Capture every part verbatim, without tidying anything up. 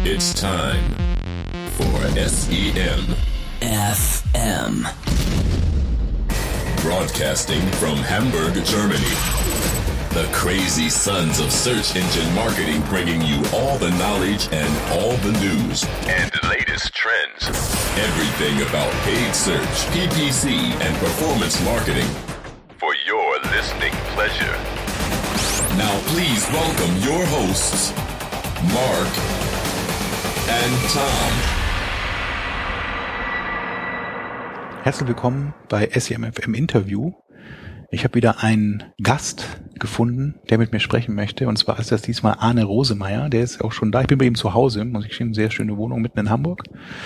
It's time for S E M F M. Broadcasting from Hamburg, Germany. The crazy sons of search engine marketing, bringing you all the knowledge and all the news and the latest trends. Everything about paid search, P P C, and performance marketing for your listening pleasure. Now please welcome your hosts, Mark and Tom. Herzlich willkommen bei S E M F M Interview. Ich habe wieder einen Gast gefunden, der mit mir sprechen möchte. Und zwar ist das diesmal Arne Rosemeyer. Der ist auch schon da. Ich bin bei ihm zu Hause, muss ich sagen, eine sehr schöne Wohnung mitten in Hamburg.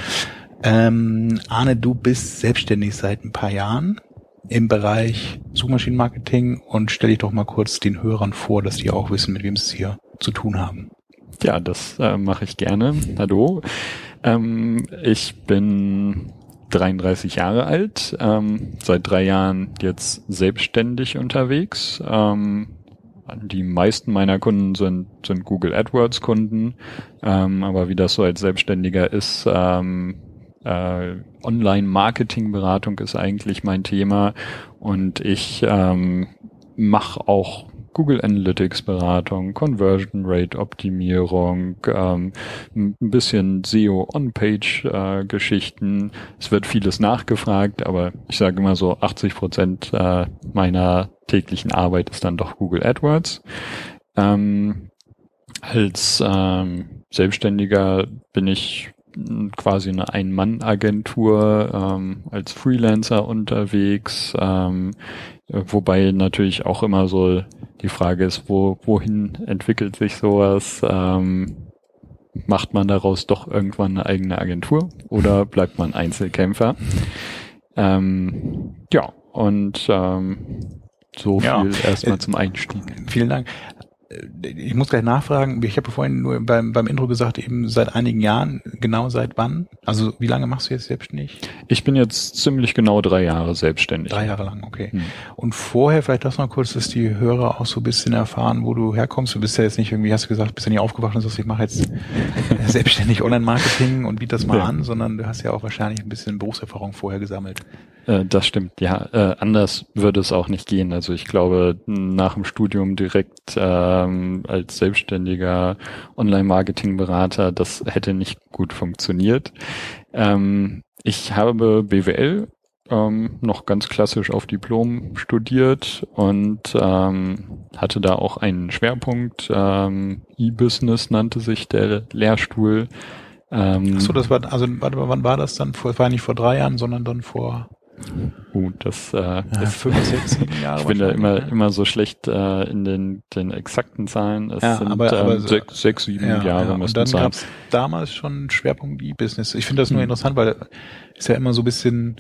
Ähm, Arne, du bist selbstständig seit ein paar Jahren im Bereich Suchmaschinenmarketing und stell dich doch mal kurz den Hörern vor, dass die auch wissen, mit wem sie es hier zu tun haben. Ja, das äh, mache ich gerne. Hallo. Ähm, ich bin dreiunddreißig Jahre alt, ähm, seit drei Jahren jetzt selbstständig unterwegs. Ähm, die meisten meiner Kunden sind, sind Google AdWords Kunden, ähm, aber wie das so als Selbstständiger ist, ähm, äh, Online-Marketing-Beratung ist eigentlich mein Thema und ich ähm, mache auch Google Analytics Beratung, Conversion Rate Optimierung, ähm, ein bisschen S E O On-Page äh, Geschichten. Es wird vieles nachgefragt, aber ich sage immer so achtzig Prozent äh, meiner täglichen Arbeit ist dann doch Google AdWords. Ähm, als ähm, Selbstständiger bin ich quasi eine Ein-Mann-Agentur ähm, als Freelancer unterwegs, ähm, wobei natürlich auch immer so die Frage ist, wo wohin entwickelt sich sowas? Ähm, macht man daraus doch irgendwann eine eigene Agentur oder bleibt man Einzelkämpfer? Ähm, ja, und ähm, so viel Ja, erstmal äh, zum Einstieg. Vielen Dank. Ich muss gleich nachfragen, ich habe vorhin nur beim beim Intro gesagt, eben seit einigen Jahren, genau seit wann? Also wie lange machst du jetzt selbstständig? Ich bin jetzt ziemlich genau drei Jahre selbstständig. Drei Jahre lang, okay. Hm. Und vorher, vielleicht das noch kurz, dass die Hörer auch so ein bisschen erfahren, wo du herkommst. Du bist ja jetzt nicht irgendwie, hast du gesagt, bist ja nicht aufgewacht und sagst, ich mache jetzt selbstständig Online-Marketing und biete das mal ja. an, sondern du hast ja auch wahrscheinlich ein bisschen Berufserfahrung vorher gesammelt. Äh, das stimmt, ja. Äh, anders würde es auch nicht gehen. Also ich glaube, nach dem Studium direkt ähm, als selbstständiger Online-Marketing-Berater, das hätte nicht gut funktioniert. Ähm, ich habe B W L ähm, noch ganz klassisch auf Diplom studiert und ähm, hatte da auch einen Schwerpunkt. Ähm, E-Business nannte sich der Lehrstuhl. Ähm, Ach so, das war, also warte mal, wann war das dann? Vor, war nicht vor drei Jahren, sondern dann vor Uh, das äh, ja, ist fünf, sechs, sieben Jahre. Ich bin da immer ja. immer so schlecht äh, in den den exakten Zahlen. Es ja, sind aber, ähm, aber so, sechs, sechs, sieben ja, Jahre ja. müssten Und dann sein. gab es damals schon einen Schwerpunkt E-Business. Ich finde das nur hm. interessant, weil ist ja immer so ein bisschen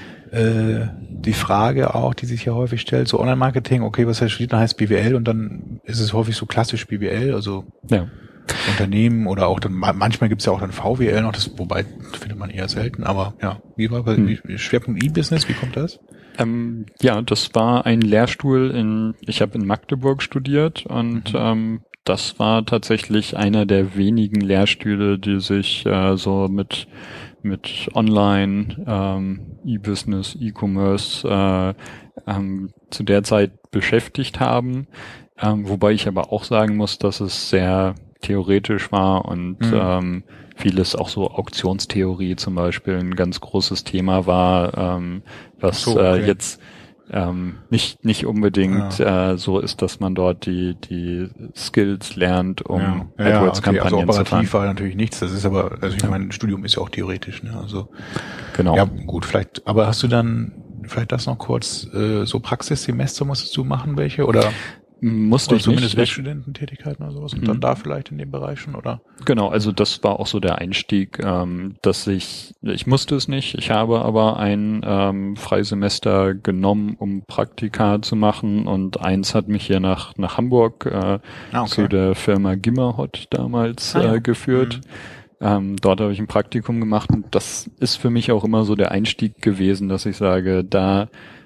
äh, die Frage auch, die sich ja häufig stellt, so Online-Marketing, okay, was heißt studiert, dann heißt B W L und dann ist es häufig so klassisch B W L, also ja. Unternehmen oder auch dann, manchmal gibt's ja auch dann V W L noch, das, wobei findet man eher selten, aber ja, wie war bei hm. Schwerpunkt E-Business, wie kommt das? Ähm, ja, das war ein Lehrstuhl in, ich habe in Magdeburg studiert und mhm. ähm, das war tatsächlich einer der wenigen Lehrstühle, die sich äh, so mit mit Online, ähm, E-Business, E-Commerce äh, ähm, zu der Zeit beschäftigt haben, ähm, wobei ich aber auch sagen muss, dass es sehr theoretisch war und mhm. ähm, vieles auch so Auktionstheorie zum Beispiel ein ganz großes Thema war, ähm, was so, okay. äh, jetzt ähm, nicht nicht unbedingt ja. äh, so ist, dass man dort die die Skills lernt, um ja. AdWords-Kampagnen ja, okay. also zu fahren. war natürlich nichts. Das ist aber, also ich ja. meine, Studium ist ja auch theoretisch, ne? Also genau. Ja, gut, vielleicht. Aber hast du dann vielleicht das noch kurz äh, so Praxissemester musstest du machen, welche oder? Musste oder ich zumindest nicht. Werkstudententätigkeiten oder sowas und mhm. dann da vielleicht in dem Bereich schon, oder? Genau, also das war auch so der Einstieg, ähm, dass ich, ich musste es nicht, ich habe aber ein ähm, Freisemester genommen, um Praktika zu machen und eins hat mich hier nach nach Hamburg äh, ah, okay. zu der Firma Gimmerhot damals ah, ja. äh, geführt. Mhm. Ähm, dort habe ich ein Praktikum gemacht und das ist für mich auch immer so der Einstieg gewesen, dass ich sage, da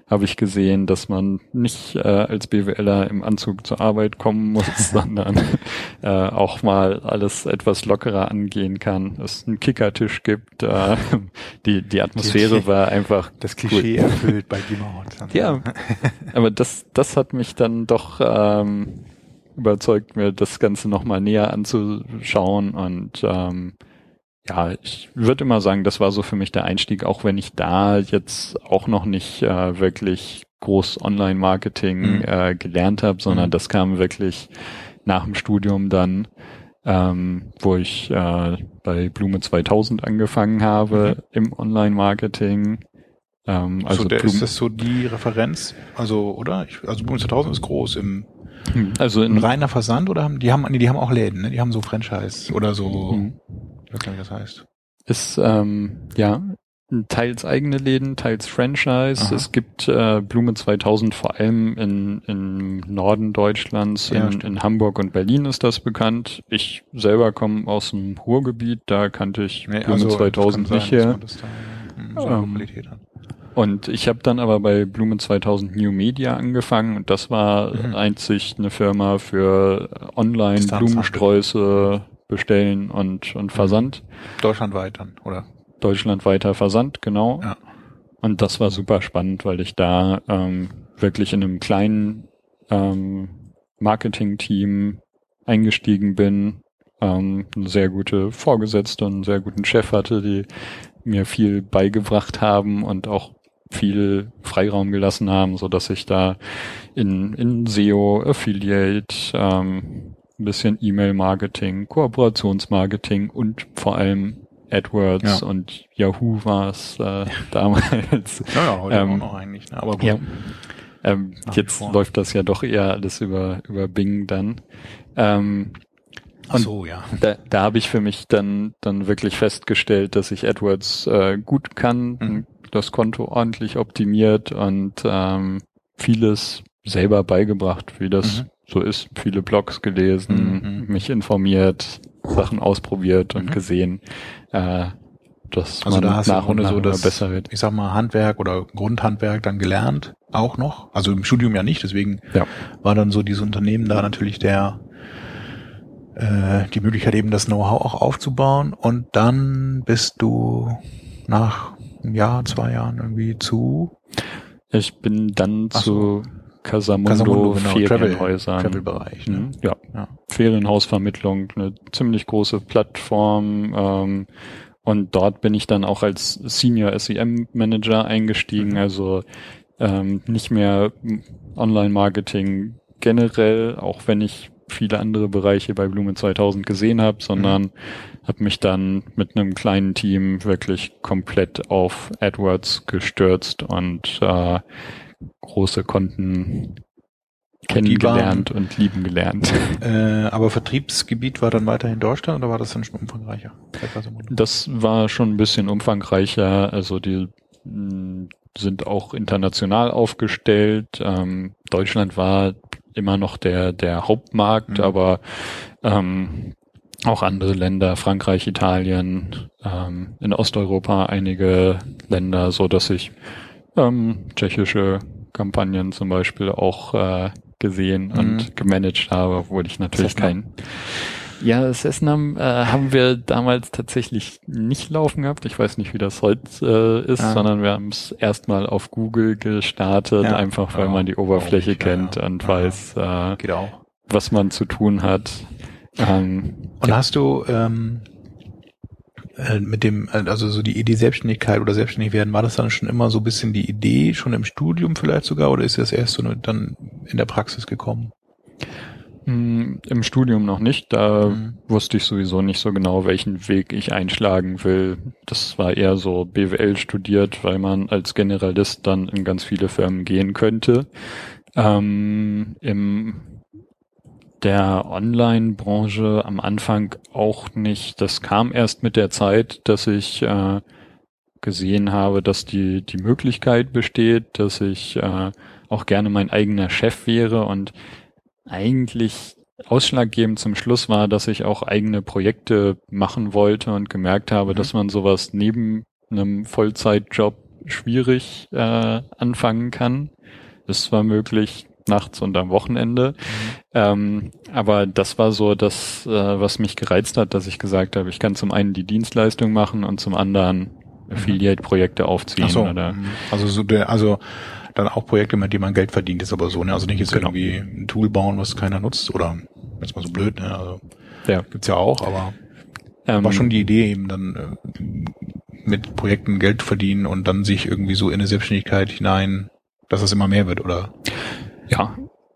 habe ich gesehen, dass man nicht äh, als BWLer im Anzug zur Arbeit kommen muss, sondern äh, auch mal alles etwas lockerer angehen kann. Es einen Kickertisch gibt. Äh, die die Atmosphäre die, war einfach das Klischee gut erfüllt bei Gimmerhot. Ja, aber das das hat mich dann doch ähm, überzeugt, mir das Ganze nochmal näher anzuschauen und ähm, ja, ich würde immer sagen, das war so für mich der Einstieg, auch wenn ich da jetzt auch noch nicht äh, wirklich groß Online-Marketing mhm. äh, gelernt habe, sondern mhm. das kam wirklich nach dem Studium dann, ähm, wo ich äh, bei Blume zweitausend angefangen habe mhm. im Online-Marketing. Ähm, also so, der, Blume, ist das so die Referenz? Also, oder? Ich, also Blume zweitausend ist groß im Also in, ein reiner Versand oder haben die haben nee, die haben auch Läden, ne? Die haben so Franchise oder so. Mhm. Ich weiß gar nicht, wie das heißt. Ist ähm, ja teils eigene Läden, teils Franchise. Aha. Es gibt äh, Blume zweitausend vor allem in im Norden Deutschlands, ja, in, in Hamburg und Berlin ist das bekannt. Ich selber komme aus dem Ruhrgebiet, da kannte ich nee, Blume also, zweitausend nicht her. So ähm, Und ich habe dann aber bei Blume zweitausend New Media angefangen und das war mhm. einzig eine Firma für Online-Blumensträuße bestellen und und Versand. Deutschlandweit dann, oder? Deutschlandweiter Versand, genau. Ja. Und das war super spannend, weil ich da ähm, wirklich in einem kleinen ähm, Marketing-Team eingestiegen bin, ähm, eine sehr gute Vorgesetzte und einen sehr guten Chef hatte, die mir viel beigebracht haben und auch viel Freiraum gelassen haben, so dass ich da in, in S E O, Affiliate, ähm, ein bisschen E-Mail-Marketing, Kooperationsmarketing und vor allem AdWords ja. und Yahoo war es äh, damals. Ja, ja, heute ähm, auch noch eigentlich. Ne? Aber gut. Ja. Ähm, jetzt läuft das ja doch eher alles über über Bing dann. Ähm, Ach so, ja. Da, da habe ich für mich dann dann wirklich festgestellt, dass ich AdWords äh, gut kann, mhm. das Konto ordentlich optimiert und ähm, vieles selber beigebracht, wie das mhm. so ist. Viele Blogs gelesen, mhm. mich informiert, Sachen ausprobiert und mhm. gesehen, äh, dass also man da hast nach du und nach so das, besser wird. Ich sag mal Handwerk oder Grundhandwerk dann gelernt, auch noch. Also im Studium ja nicht, deswegen ja. war dann so dieses Unternehmen da natürlich der äh, die Möglichkeit eben das Know-how auch aufzubauen und dann bist du nach einem Jahr, zwei Jahren irgendwie zu Ich bin dann Ach zu so. Casamundo, Casamundo genau, Ferienhäusern. Travel, Travel-Bereich. Ne? Ja. ja, Ferienhausvermittlung, eine ziemlich große Plattform. Ähm, und dort bin ich dann auch als Senior S E M-Manager eingestiegen, mhm. also ähm, nicht mehr Online-Marketing generell, auch wenn ich viele andere Bereiche bei Blume zweitausend gesehen habe, sondern mhm. habe mich dann mit einem kleinen Team wirklich komplett auf AdWords gestürzt und äh, große Konten kennengelernt waren, und lieben gelernt. Äh, aber Vertriebsgebiet war dann weiterhin Deutschland oder war das dann schon umfangreicher? Das war schon ein bisschen umfangreicher. Also die mh, sind auch international aufgestellt. Ähm, Deutschland war immer noch der der Hauptmarkt, mhm. aber ähm, auch andere Länder, Frankreich, Italien, ähm, in Osteuropa einige Länder, so dass ich ähm, tschechische Kampagnen zum Beispiel auch äh, gesehen mhm. und gemanagt habe, obwohl ich natürlich kein... Ja, Cessnam äh, haben wir damals tatsächlich nicht laufen gehabt. Ich weiß nicht, wie das heute äh, ist, ah. sondern wir haben es erstmal auf Google gestartet, ja. einfach weil oh, man die Oberfläche nicht, kennt ja. und ja. weiß, äh, Geht auch. was man zu tun hat. Ähm, und ja. hast du ähm, äh, mit dem, also so die Idee Selbstständigkeit oder selbstständig werden, war das dann schon immer so ein bisschen die Idee, schon im Studium vielleicht sogar, oder ist das erst so dann in der Praxis gekommen? Im Studium noch nicht, da mhm. wusste ich sowieso nicht so genau, welchen Weg ich einschlagen will. Das war eher so B W L studiert, weil man als Generalist dann in ganz viele Firmen gehen könnte. Ähm, im der Online-Branche am Anfang auch nicht. Das kam erst mit der Zeit, dass ich äh, gesehen habe, dass die die Möglichkeit besteht, dass ich äh, auch gerne mein eigener Chef wäre und eigentlich ausschlaggebend zum Schluss war, dass ich auch eigene Projekte machen wollte und gemerkt habe, mhm. dass man sowas neben einem Vollzeitjob schwierig äh, anfangen kann. Ist zwar möglich nachts und am Wochenende, mhm. ähm, aber das war so das, äh, was mich gereizt hat, dass ich gesagt habe, ich kann zum einen die Dienstleistung machen und zum anderen Affiliate-Projekte aufziehen. Ach so, oder also so der, also dann auch Projekte, mit denen man Geld verdient, ist aber so, ne? Also nicht jetzt genau. irgendwie ein Tool bauen, was keiner nutzt, oder jetzt mal so blöd, ne? Also ja. gibt's ja auch, aber ähm, war schon die Idee, eben dann äh, mit Projekten Geld verdienen und dann sich irgendwie so in eine Selbstständigkeit hinein, dass es immer mehr wird, oder? Ja.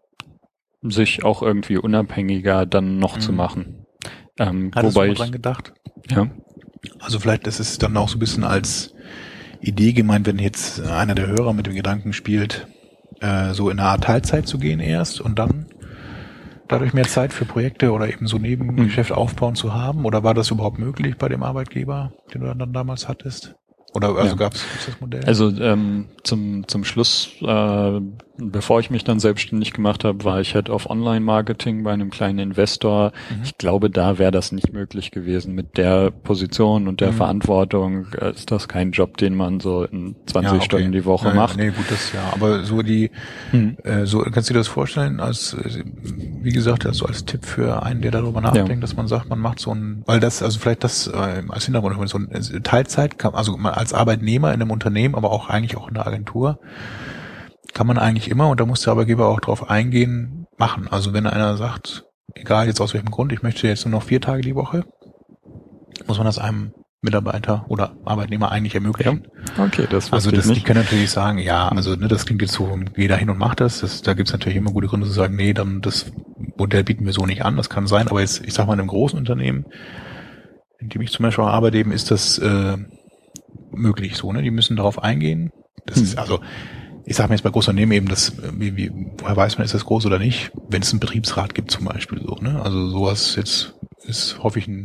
Sich auch irgendwie unabhängiger dann noch mhm. zu machen. Ähm, Hattest wobei du mal ich dran gedacht? Ja. Also vielleicht ist es dann auch so ein bisschen als Idee gemeint, wenn jetzt einer der Hörer mit dem Gedanken spielt, äh, so in eine Art Teilzeit zu gehen erst und dann dadurch mehr Zeit für Projekte oder eben so Nebengeschäft mhm. aufbauen zu haben? Oder war das überhaupt möglich bei dem Arbeitgeber, den du dann damals hattest? Oder also ja. gab es das Modell? Also ähm, zum zum Schluss, äh, bevor ich mich dann selbstständig gemacht habe, war ich Head of Online-Marketing bei einem kleinen Investor. Mhm. Ich glaube, da wäre das nicht möglich gewesen. Mit der Position und der mhm. Verantwortung äh, ist das kein Job, den man so in zwanzig ja, okay. Stunden die Woche ja, macht. Nee, gut, das ja. Aber so die, mhm. äh, so kannst du dir das vorstellen, als wie gesagt, also als Tipp für einen, der darüber nachdenkt, ja. dass man sagt, man macht so ein, weil das, also vielleicht das äh, als Hintergrund, so ein Teilzeit, kann, also man als Arbeitnehmer in einem Unternehmen, aber auch eigentlich auch in der Agentur, kann man eigentlich immer, und da muss der Arbeitgeber auch drauf eingehen, machen. Also wenn einer sagt, egal jetzt aus welchem Grund, ich möchte jetzt nur noch vier Tage die Woche, muss man das einem Mitarbeiter oder Arbeitnehmer eigentlich ermöglichen. Ja. Okay, das Also das, nicht. Die können natürlich sagen, ja, also ne, das klingt jetzt so, geh da hin und mach das. das da gibt's natürlich immer gute Gründe zu sagen, nee, dann das Modell bieten wir so nicht an, das kann sein. Aber jetzt, ich sag mal, in einem großen Unternehmen, in dem ich zum Beispiel auch arbeite, eben ist das äh, möglich so, ne? Die müssen darauf eingehen. Das hm. ist also, ich sage mir jetzt bei großen Unternehmen eben, das, wie, wie, woher weiß man, ist das groß oder nicht? Wenn es einen Betriebsrat gibt zum Beispiel so, ne? Also sowas jetzt ist, hoffe ich, ein,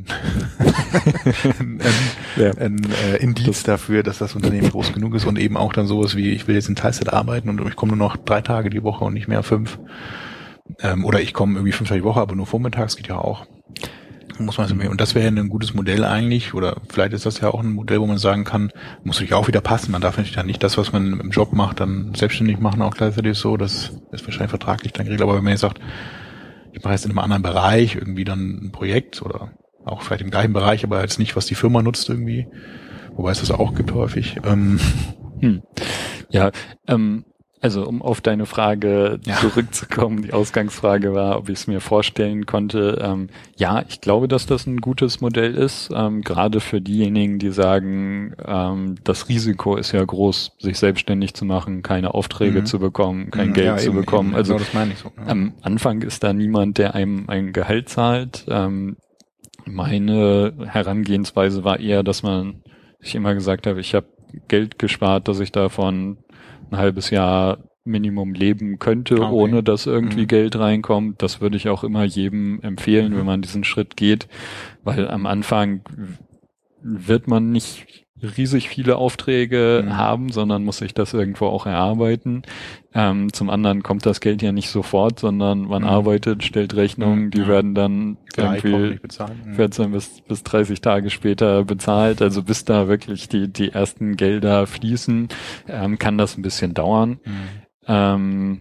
ein, ein, ja. ein äh, Indiz dafür, dass das Unternehmen groß genug ist und eben auch dann sowas wie, ich will jetzt in Teilzeit arbeiten und ich komme nur noch drei Tage die Woche und nicht mehr fünf. Ähm, oder ich komme irgendwie fünf Tage die Woche, aber nur vormittags, geht ja auch. Muss man und das wäre ja ein gutes Modell eigentlich, oder vielleicht ist das ja auch ein Modell, wo man sagen kann, muss natürlich auch wieder passen. Man darf natürlich dann nicht das, was man im Job macht, dann selbstständig machen, auch gleichzeitig so. Das ist wahrscheinlich vertraglich dann geregelt. Aber wenn man jetzt sagt, ich mache jetzt in einem anderen Bereich irgendwie dann ein Projekt oder auch vielleicht im gleichen Bereich, aber jetzt nicht, was die Firma nutzt irgendwie, wobei es das auch gibt häufig. Ähm, hm. Ja, ähm, also um auf deine Frage ja. zurückzukommen, die Ausgangsfrage war, ob ich es mir vorstellen konnte. Ähm, ja, ich glaube, dass das ein gutes Modell ist, ähm, gerade für diejenigen, die sagen, ähm, das Risiko ist ja groß, sich selbstständig zu machen, keine Aufträge mhm. zu bekommen, kein mhm, Geld ja, zu eben, bekommen. Eben, also genau, das meine ich so, ja. Am Anfang ist da niemand, der einem ein Gehalt zahlt. Ähm, meine Herangehensweise war eher, dass man, ich immer gesagt habe, ich habe Geld gespart, dass ich davon ein halbes Jahr Minimum leben könnte, okay. ohne dass irgendwie mhm. Geld reinkommt. Das würde ich auch immer jedem empfehlen, mhm. wenn man diesen Schritt geht, weil am Anfang wird man nicht riesig viele Aufträge mhm. haben, sondern muss sich das irgendwo auch erarbeiten. Ähm, zum anderen kommt das Geld ja nicht sofort, sondern man mhm. arbeitet, stellt Rechnungen, die ja. werden dann ja, irgendwie vierzehn bis, bis dreißig Tage später bezahlt. Also bis da wirklich die, die ersten Gelder fließen, ähm, kann das ein bisschen dauern. Mhm. Ähm,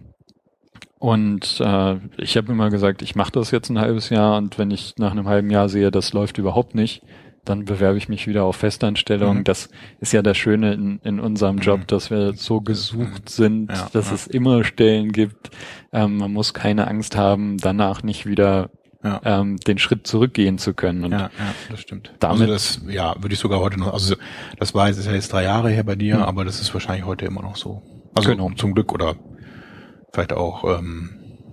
und äh, ich habe immer gesagt, ich mache das jetzt ein halbes Jahr und wenn ich nach einem halben Jahr sehe, das läuft überhaupt nicht, dann bewerbe ich mich wieder auf Festanstellung. Mhm. Das ist ja das Schöne in, in unserem Job, mhm. dass wir so gesucht sind, ja, dass ja. es immer Stellen gibt. Ähm, man muss keine Angst haben, danach nicht wieder ja. ähm, den Schritt zurückgehen zu können. Und ja, ja, das stimmt. Damit, also das, ja, würde ich sogar heute noch, also das war jetzt, ist ja jetzt drei Jahre her bei dir, mhm. aber das ist wahrscheinlich heute immer noch so. Also genau. zum Glück oder vielleicht auch ähm,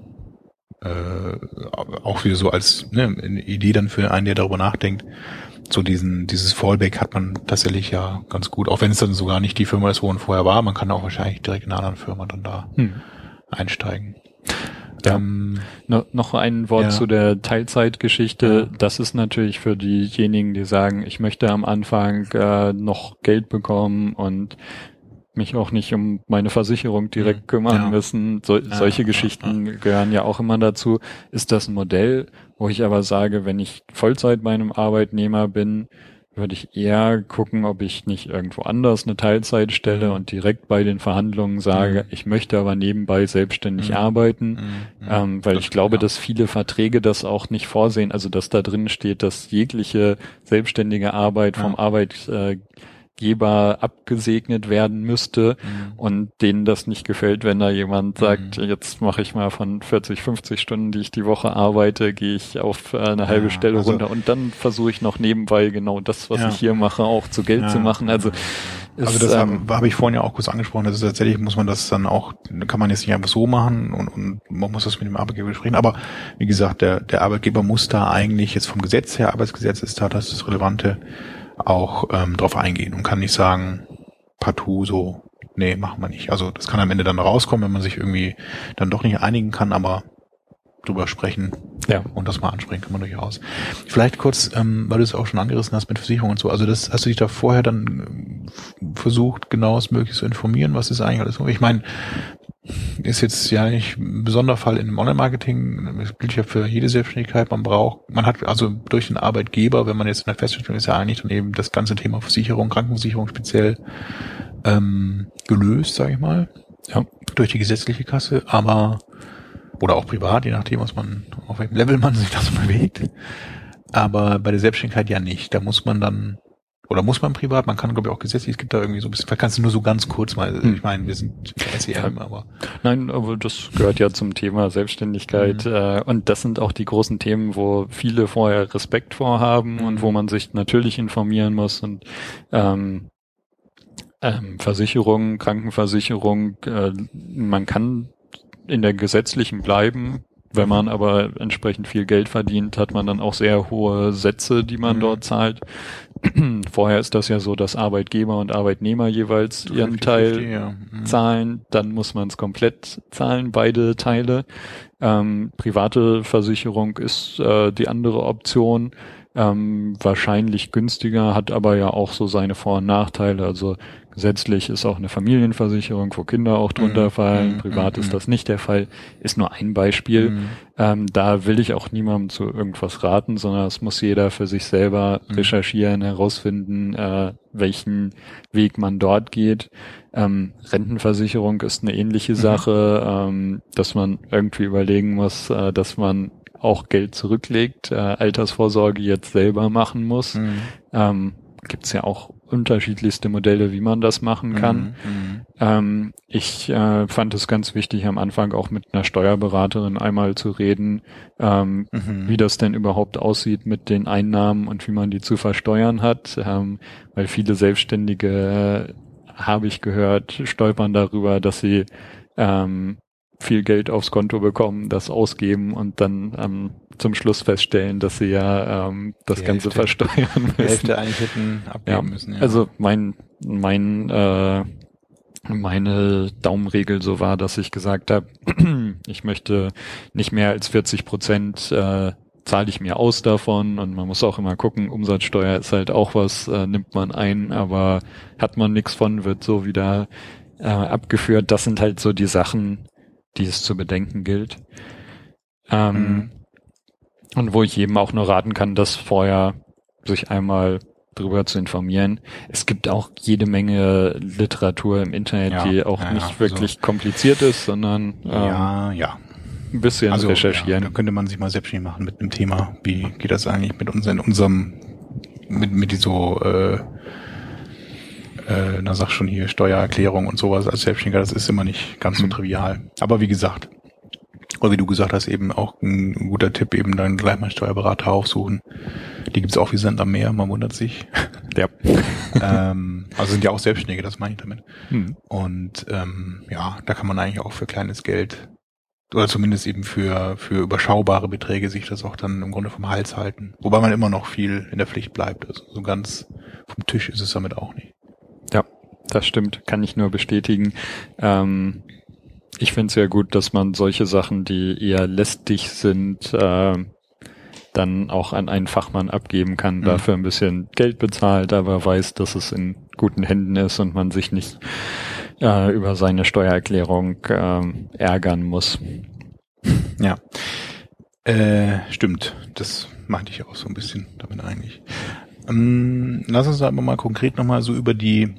äh, auch wieder so als ne, eine Idee dann für einen, der darüber nachdenkt. So diesen, dieses Fallback hat man tatsächlich ja ganz gut, auch wenn es dann sogar nicht die Firma ist, wo man vorher war, man kann auch wahrscheinlich direkt in einer anderen Firma dann da hm. einsteigen. Ja. Ähm, no, noch ein Wort ja. zu der Teilzeitgeschichte. Ja. Das ist natürlich für diejenigen, die sagen, ich möchte am Anfang äh, noch Geld bekommen und mich auch nicht um meine Versicherung direkt kümmern ja. müssen. So, ja, solche ja, Geschichten ja. gehören ja auch immer dazu. Ist das ein Modell, wo ich aber sage, wenn ich Vollzeit bei einem Arbeitnehmer bin, würde ich eher gucken, ob ich nicht irgendwo anders eine Teilzeit stelle und direkt bei den Verhandlungen sage, ich möchte aber nebenbei selbstständig mhm. arbeiten, mhm. ähm, weil das ich glaube, ja. dass viele Verträge das auch nicht vorsehen, also dass da drin steht, dass jegliche selbstständige Arbeit ja. vom Arbeitgeber abgesegnet werden müsste mhm. und denen das nicht gefällt, wenn da jemand sagt, mhm. jetzt mache ich mal von vierzig, fünfzig Stunden, die ich die Woche arbeite, gehe ich auf eine halbe ja, Stelle also, runter und dann versuche ich noch nebenbei genau das, was ja. ich hier mache, auch zu Geld ja. zu machen. Also ist, also das ähm, habe hab ich vorhin ja auch kurz angesprochen, das ist tatsächlich, muss man das dann auch, kann man jetzt nicht einfach so machen und, und man muss das mit dem Arbeitgeber besprechen, aber wie gesagt, der, der Arbeitgeber muss da eigentlich jetzt vom Gesetz her, Arbeitsgesetz ist da das, das Relevante, auch ähm, drauf eingehen und kann nicht sagen, partout so, nee, machen wir nicht. Also das kann am Ende dann rauskommen, wenn man sich irgendwie dann doch nicht einigen kann, aber drüber sprechen ja. und das mal ansprechen kann man durchaus. Vielleicht kurz, ähm, weil du es auch schon angerissen hast mit Versicherung und so, also das hast du dich da vorher dann versucht, genauestmöglich zu informieren, was ist eigentlich alles so? Ich meine, ist jetzt ja nicht ein besonderer Fall in dem Online-Marketing, das gilt ja für jede Selbstständigkeit, man braucht, man hat also durch den Arbeitgeber, wenn man jetzt in der Festanstellung ist, ja eigentlich dann eben das ganze Thema Versicherung, Krankenversicherung speziell ähm, gelöst, sage ich mal, ja, durch die gesetzliche Kasse, aber oder auch privat, je nachdem, was man, auf welchem Level man sich da so bewegt, aber bei der Selbstständigkeit ja nicht, da muss man dann Oder muss man privat? Man kann, glaube ich, auch gesetzlich, es gibt da irgendwie so ein bisschen, vielleicht kannst du nur so ganz kurz mal, hm. ich meine, wir sind S E M, aber... Nein, aber das gehört ja zum Thema Selbstständigkeit mhm. äh, und das sind auch die großen Themen, wo viele vorher Respekt vorhaben mhm. und wo man sich natürlich informieren muss und ähm, ähm, Versicherung, Krankenversicherung, äh, man kann in der gesetzlichen bleiben. Wenn man aber entsprechend viel Geld verdient, hat man dann auch sehr hohe Sätze, die man mhm. dort zahlt. Vorher ist das ja so, dass Arbeitgeber und Arbeitnehmer jeweils ihren fünfzig, Teil fünfzig, ja. mhm. zahlen. Dann muss man es komplett zahlen, beide Teile. Ähm, private Versicherung ist äh, die andere Option. Ähm, wahrscheinlich günstiger, hat aber ja auch so seine Vor- und Nachteile. Also gesetzlich ist auch eine Familienversicherung, wo Kinder auch drunter fallen. Mm, Privat mm, ist das nicht der Fall. Ist nur ein Beispiel. Mm. Ähm, da will ich auch niemandem zu irgendwas raten, sondern es muss jeder für sich selber mm. recherchieren, herausfinden, äh, welchen Weg man dort geht. Ähm, Rentenversicherung ist eine ähnliche mm. Sache, ähm, dass man irgendwie überlegen muss, äh, dass man auch Geld zurücklegt, äh, Altersvorsorge jetzt selber machen muss. Mhm. Ähm, gibt's ja auch unterschiedlichste Modelle, wie man das machen kann. Mhm. Ähm, ich äh, fand es ganz wichtig, am Anfang auch mit einer Steuerberaterin einmal zu reden, ähm, mhm. wie das denn überhaupt aussieht mit den Einnahmen und wie man die zu versteuern hat, ähm, weil viele Selbstständige, äh, habe ich gehört, stolpern darüber, dass sie ähm, viel Geld aufs Konto bekommen, das ausgeben und dann ähm, zum Schluss feststellen, dass sie ja ähm, das die Ganze Hälfte, versteuern müssen. Die Hälfte eigentlich hätten abgeben ja, müssen. Ja. Also mein mein äh, meine Daumenregel so war, dass ich gesagt habe, ich möchte nicht mehr als vierzig Prozent äh, zahle ich mir aus davon und man muss auch immer gucken, Umsatzsteuer ist halt auch was, äh, nimmt man ein, aber hat man nichts von, wird so wieder äh, abgeführt. Das sind halt so die Sachen, die es zu bedenken gilt. Ähm, mhm. Und wo ich jedem auch nur raten kann, das vorher sich einmal drüber zu informieren. Es gibt auch jede Menge Literatur im Internet, ja, die auch ja, nicht ja, wirklich so kompliziert ist, sondern ähm, ja, ja. ein bisschen also, recherchieren. Ja, da könnte man sich mal selbstständig machen mit einem Thema. Wie geht das eigentlich mit uns in unserem, mit, mit so, äh, äh, na sag schon hier, Steuererklärung und sowas als Selbstständiger, das ist immer nicht ganz so hm. trivial. Aber wie gesagt, oder wie du gesagt hast, eben auch ein guter Tipp, eben dann gleich mal einen Steuerberater aufsuchen. Die gibt's auch wie Sand am Meer, man wundert sich. Ja. ähm, also sind ja auch Selbstständige, das meine ich damit. Hm. Und ähm, ja, da kann man eigentlich auch für kleines Geld oder zumindest eben für für überschaubare Beträge sich das auch dann im Grunde vom Hals halten. Wobei man immer noch viel in der Pflicht bleibt. Also so ganz vom Tisch ist es damit auch nicht. Ja, das stimmt, kann ich nur bestätigen. Ähm, ich finde es ja gut, dass man solche Sachen, die eher lästig sind, äh, dann auch an einen Fachmann abgeben kann, mhm. dafür ein bisschen Geld bezahlt, aber weiß, dass es in guten Händen ist und man sich nicht äh, über seine Steuererklärung äh, ärgern muss. Ja, äh, stimmt. Das meinte ich auch so ein bisschen damit eigentlich. Ähm, lass uns aber mal konkret nochmal so über die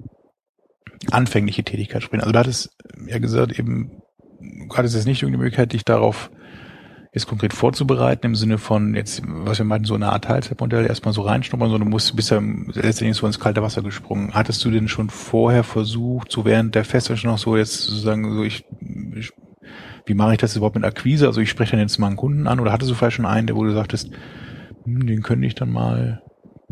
anfängliche Tätigkeit sprechen. Also du hattest ja gesagt, eben, du hattest jetzt nicht irgendeine Möglichkeit, dich darauf jetzt konkret vorzubereiten, im Sinne von jetzt, was wir meinten, so eine Art Teilzeitmodell, erstmal so reinschnuppern, sondern du musst, bist ja letztendlich so ins kalte Wasser gesprungen. Hattest du denn schon vorher versucht, so während der Festanstellung noch so jetzt sozusagen so, ich, ich wie mache ich das überhaupt mit Akquise? Also ich spreche dann jetzt mal einen Kunden an, oder hattest du vielleicht schon einen, der wo du sagtest, hm, den könnte ich dann mal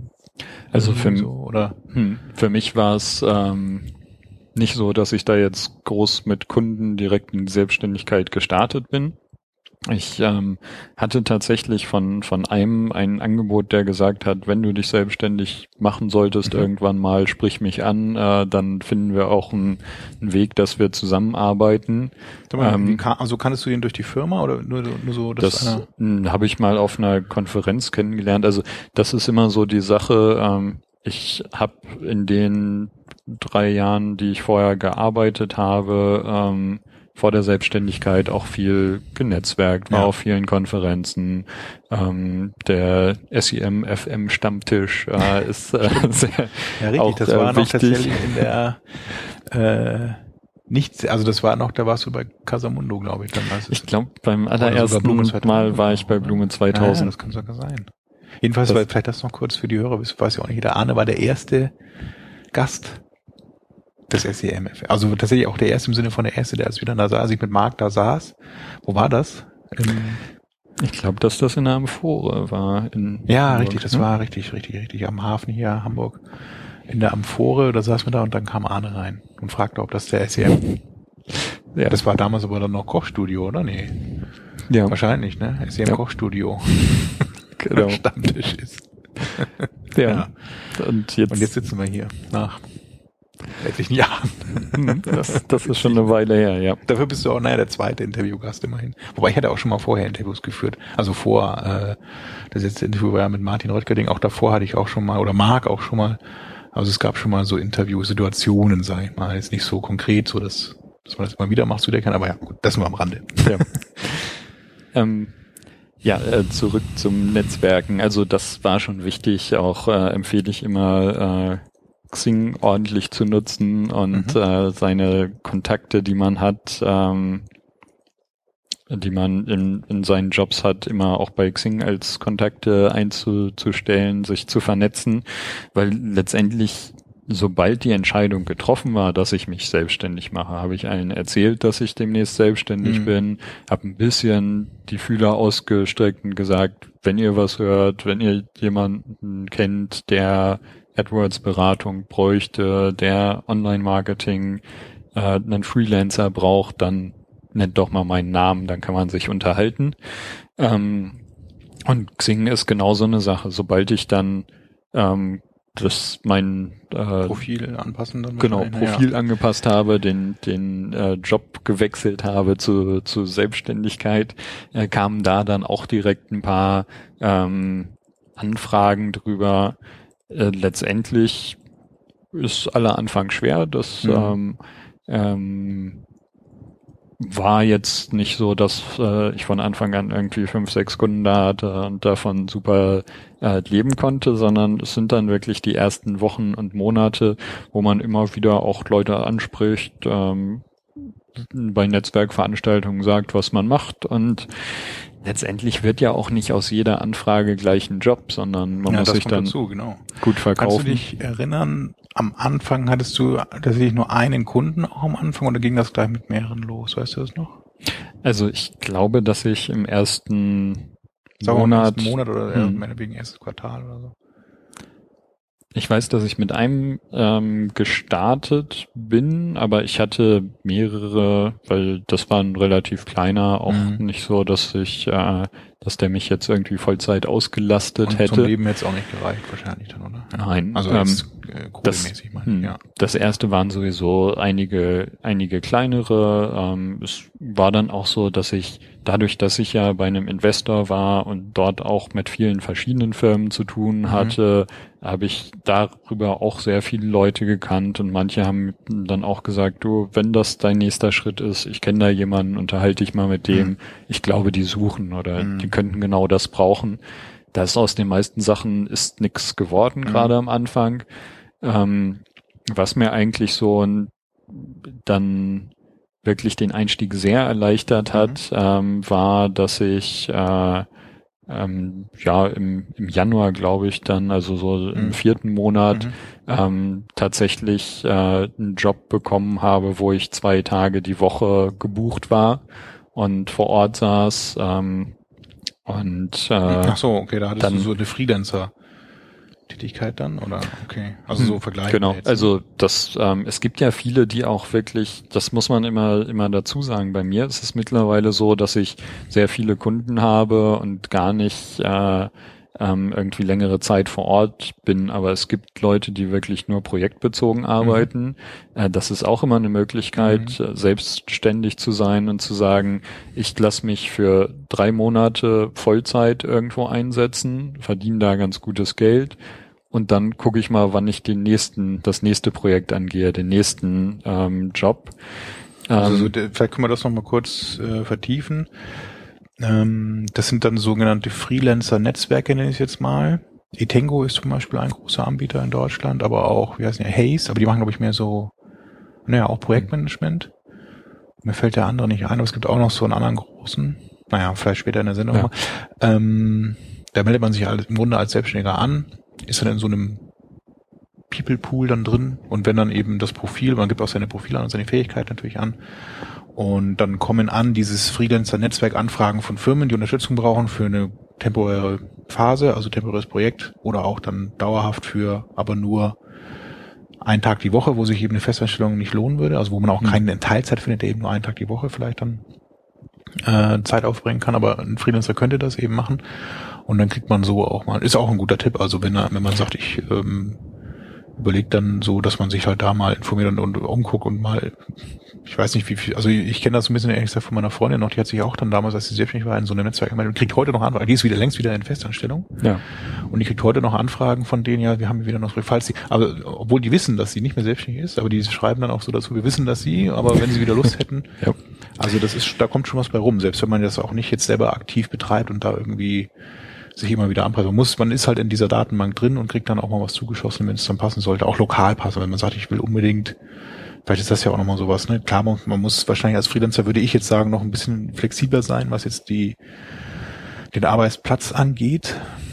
also für, so, oder? Hm, für mich war es ähm, nicht so, dass ich da jetzt groß mit Kunden direkt in die Selbstständigkeit gestartet bin. Ich ähm, hatte tatsächlich von von einem ein Angebot, der gesagt hat, wenn du dich selbstständig machen solltest, mhm. irgendwann mal, sprich mich an, äh, dann finden wir auch einen, einen Weg, dass wir zusammenarbeiten. Mal, ähm, kann, also kanntest du den durch die Firma oder nur, nur so? Dass das habe ich mal auf einer Konferenz kennengelernt. Also das ist immer so die Sache. Ähm, ich habe in den drei Jahren, die ich vorher gearbeitet habe, ähm, vor der Selbstständigkeit auch viel genetzwerkt, war ja. auf vielen Konferenzen. Ähm, der S I M F M Stammtisch äh, ist äh, sehr ja, richtig, auch das war äh, noch wichtig. Tatsächlich in der äh, nicht, also das war noch, da warst du bei Casamundo, glaube ich. Dann ich glaube, beim allerersten Mal war ich bei Blume zweitausend. Ja, das kann sogar sein. Jedenfalls, das, weil vielleicht das noch kurz für die Hörer, weiß ja auch nicht, der Arne war der erste Gast des S E M F. Also tatsächlich auch der erste im Sinne von der erste, der als wieder da saß, ich mit Marc da saß. Wo war das? Im ich glaube, dass das in der Amphore war. In ja, Hamburg, richtig, das ne? war richtig, richtig, richtig am Hafen hier, Hamburg. In der Amphore, da saßen wir da und dann kam Arne rein und fragte, ob das der S E M. Ja. Das war damals aber dann noch Kochstudio, oder? Nee. Ja. Wahrscheinlich, ne? S E M ja. Kochstudio. Genau. Stammtisch ist. Ja. ja. Und jetzt, und jetzt sitzen wir hier nach etlichen Jahren. Das, das ist schon eine Weile her, ja. Dafür bist du auch, naja, der zweite Interviewgast immerhin. Wobei ich hatte auch schon mal vorher Interviews geführt. Also vor, äh, das letzte Interview war ja mit Martin Röttgerding. Auch davor hatte ich auch schon mal, oder Marc auch schon mal. Also es gab schon mal so Interviewsituationen, sag ich mal. Jetzt nicht so konkret, so dass, dass man das immer wieder macht, so der kann. Aber ja, gut, das nur am Rande. Ja, ähm, ja äh, zurück zum Netzwerken. Also das war schon wichtig. Auch äh, empfehle ich immer, äh, Xing ordentlich zu nutzen und mhm. äh, seine Kontakte, die man hat, ähm, die man in, in seinen Jobs hat, immer auch bei Xing als Kontakte einzustellen, sich zu vernetzen, weil letztendlich, sobald die Entscheidung getroffen war, dass ich mich selbstständig mache, habe ich allen erzählt, dass ich demnächst selbstständig mhm. bin, habe ein bisschen die Fühler ausgestreckt und gesagt, wenn ihr was hört, wenn ihr jemanden kennt, der AdWords-Beratung bräuchte, der Online-Marketing, äh, einen Freelancer braucht, dann nennt doch mal meinen Namen, dann kann man sich unterhalten. Ähm, und Xing ist genau so eine Sache. Sobald ich dann ähm, das mein äh, Profil anpassen dann genau Profil ja. angepasst habe, den den äh, Job gewechselt habe zu zu Selbstständigkeit, äh, kamen da dann auch direkt ein paar ähm, Anfragen drüber. Äh, letztendlich ist aller Anfang schwer. Das mhm. ähm, ähm, war jetzt nicht so, dass äh, ich von Anfang an irgendwie fünf, sechs Kunden da hatte und davon super äh, leben konnte, sondern es sind dann wirklich die ersten Wochen und Monate, wo man immer wieder auch Leute anspricht, ähm, bei Netzwerkveranstaltungen sagt, was man macht, und letztendlich wird ja auch nicht aus jeder Anfrage gleich ein Job, sondern man ja, muss sich dann dazu, genau. gut verkaufen. Kannst du dich erinnern, am Anfang hattest du tatsächlich nur einen Kunden auch am Anfang, oder ging das gleich mit mehreren los? Weißt du das noch? Also ich glaube, dass ich im ersten Sagen Monat, im ersten Monat oder hm. meinetwegen erstes Quartal oder so. Ich weiß, dass ich mit einem ähm, gestartet bin, aber ich hatte mehrere, weil das war ein relativ kleiner, auch mhm. nicht so, dass ich, äh, dass der mich jetzt irgendwie Vollzeit ausgelastet und hätte. Zum Leben jetzt auch nicht gereicht wahrscheinlich dann, oder? Ja. Nein. Also ähm, jetzt äh, kohlemäßig meine ich, ja. Das erste waren sowieso einige, einige kleinere. Ähm, es war dann auch so, dass ich dadurch, dass ich ja bei einem Investor war und dort auch mit vielen verschiedenen Firmen zu tun hatte, mhm. habe ich darüber auch sehr viele Leute gekannt, und manche haben dann auch gesagt, du, wenn das dein nächster Schritt ist, ich kenne da jemanden, unterhalte dich mal mit dem, mhm. ich glaube, die suchen oder mhm. die könnten genau das brauchen. da ist aus den meisten Sachen ist nichts geworden, mhm. gerade am Anfang. Ähm, was mir eigentlich so ein, dann wirklich den Einstieg sehr erleichtert hat, mhm. ähm, war, dass ich äh, ähm, ja im, im Januar, glaube ich, dann, also so mhm. im vierten Monat, mhm. ähm, tatsächlich äh, einen Job bekommen habe, wo ich zwei Tage die Woche gebucht war und vor Ort saß. Ähm, und äh, Ach so, okay, da hattest dann, du so eine Freelancer Tätigkeit dann, oder? Okay, also so vergleichen. Genau, jetzt. also das, ähm, es gibt ja viele, die auch wirklich, das muss man immer immer dazu sagen, bei mir ist es mittlerweile so, dass ich sehr viele Kunden habe und gar nicht äh, ähm, irgendwie längere Zeit vor Ort bin, aber es gibt Leute, die wirklich nur projektbezogen arbeiten. Mhm. Äh, das ist auch immer eine Möglichkeit, mhm. selbstständig zu sein und zu sagen, ich lasse mich für drei Monate Vollzeit irgendwo einsetzen, verdiene da ganz gutes Geld und dann gucke ich mal, wann ich den nächsten, das nächste Projekt angehe, den nächsten ähm, Job. Also so, vielleicht können wir das nochmal kurz äh, vertiefen. Ähm, das sind dann sogenannte Freelancer-Netzwerke, nenne ich es jetzt mal. Etengo ist zum Beispiel ein großer Anbieter in Deutschland, aber auch, wie heißt der, Hays, aber die machen, glaube ich, mehr so, naja, auch Projektmanagement. Mir fällt der andere nicht ein, aber es gibt auch noch so einen anderen großen, naja, vielleicht später in der Sendung. Ja. Ähm, da meldet man sich als, im Grunde als Selbstständiger an, ist dann in so einem People Pool dann drin und wenn dann eben das Profil, man gibt auch seine Profile an und seine Fähigkeit natürlich an und dann kommen an dieses Freelancer-Netzwerk-Anfragen von Firmen, die Unterstützung brauchen für eine temporäre Phase, also temporäres Projekt oder auch dann dauerhaft für aber nur einen Tag die Woche, wo sich eben eine Festanstellung nicht lohnen würde, also wo man auch keinen in Teilzeit findet, der eben nur einen Tag die Woche vielleicht dann äh, Zeit aufbringen kann, aber ein Freelancer könnte das eben machen und dann kriegt man so auch mal, ist auch ein guter Tipp, also wenn, wenn man sagt, ich ähm, überlegt dann so, dass man sich halt da mal informiert und, und umguckt und mal, ich weiß nicht wie viel, also ich kenne das so ein bisschen ehrlich gesagt von meiner Freundin noch, die hat sich auch dann damals, als sie selbstständig war, in so einem Netzwerk gemeldet und kriegt heute noch Anfragen, die ist wieder längst wieder in Festanstellung. Ja. Und die kriegt heute noch Anfragen von denen, ja, wir haben wieder noch, falls sie, aber obwohl die wissen, dass sie nicht mehr selbstständig ist, aber die schreiben dann auch so dazu, wir wissen, dass sie, aber wenn sie wieder Lust hätten, ja. Also das ist, da kommt schon was bei rum, selbst wenn man das auch nicht jetzt selber aktiv betreibt und da irgendwie sich immer wieder anpassen muss. Man ist halt in dieser Datenbank drin und kriegt dann auch mal was zugeschossen, wenn es dann passen sollte. Auch lokal passen, wenn man sagt, ich will unbedingt, vielleicht ist das ja auch nochmal sowas, ne? Klar, man, man muss wahrscheinlich als Freelancer, würde ich jetzt sagen, noch ein bisschen flexibler sein, was jetzt die den Arbeitsplatz angeht.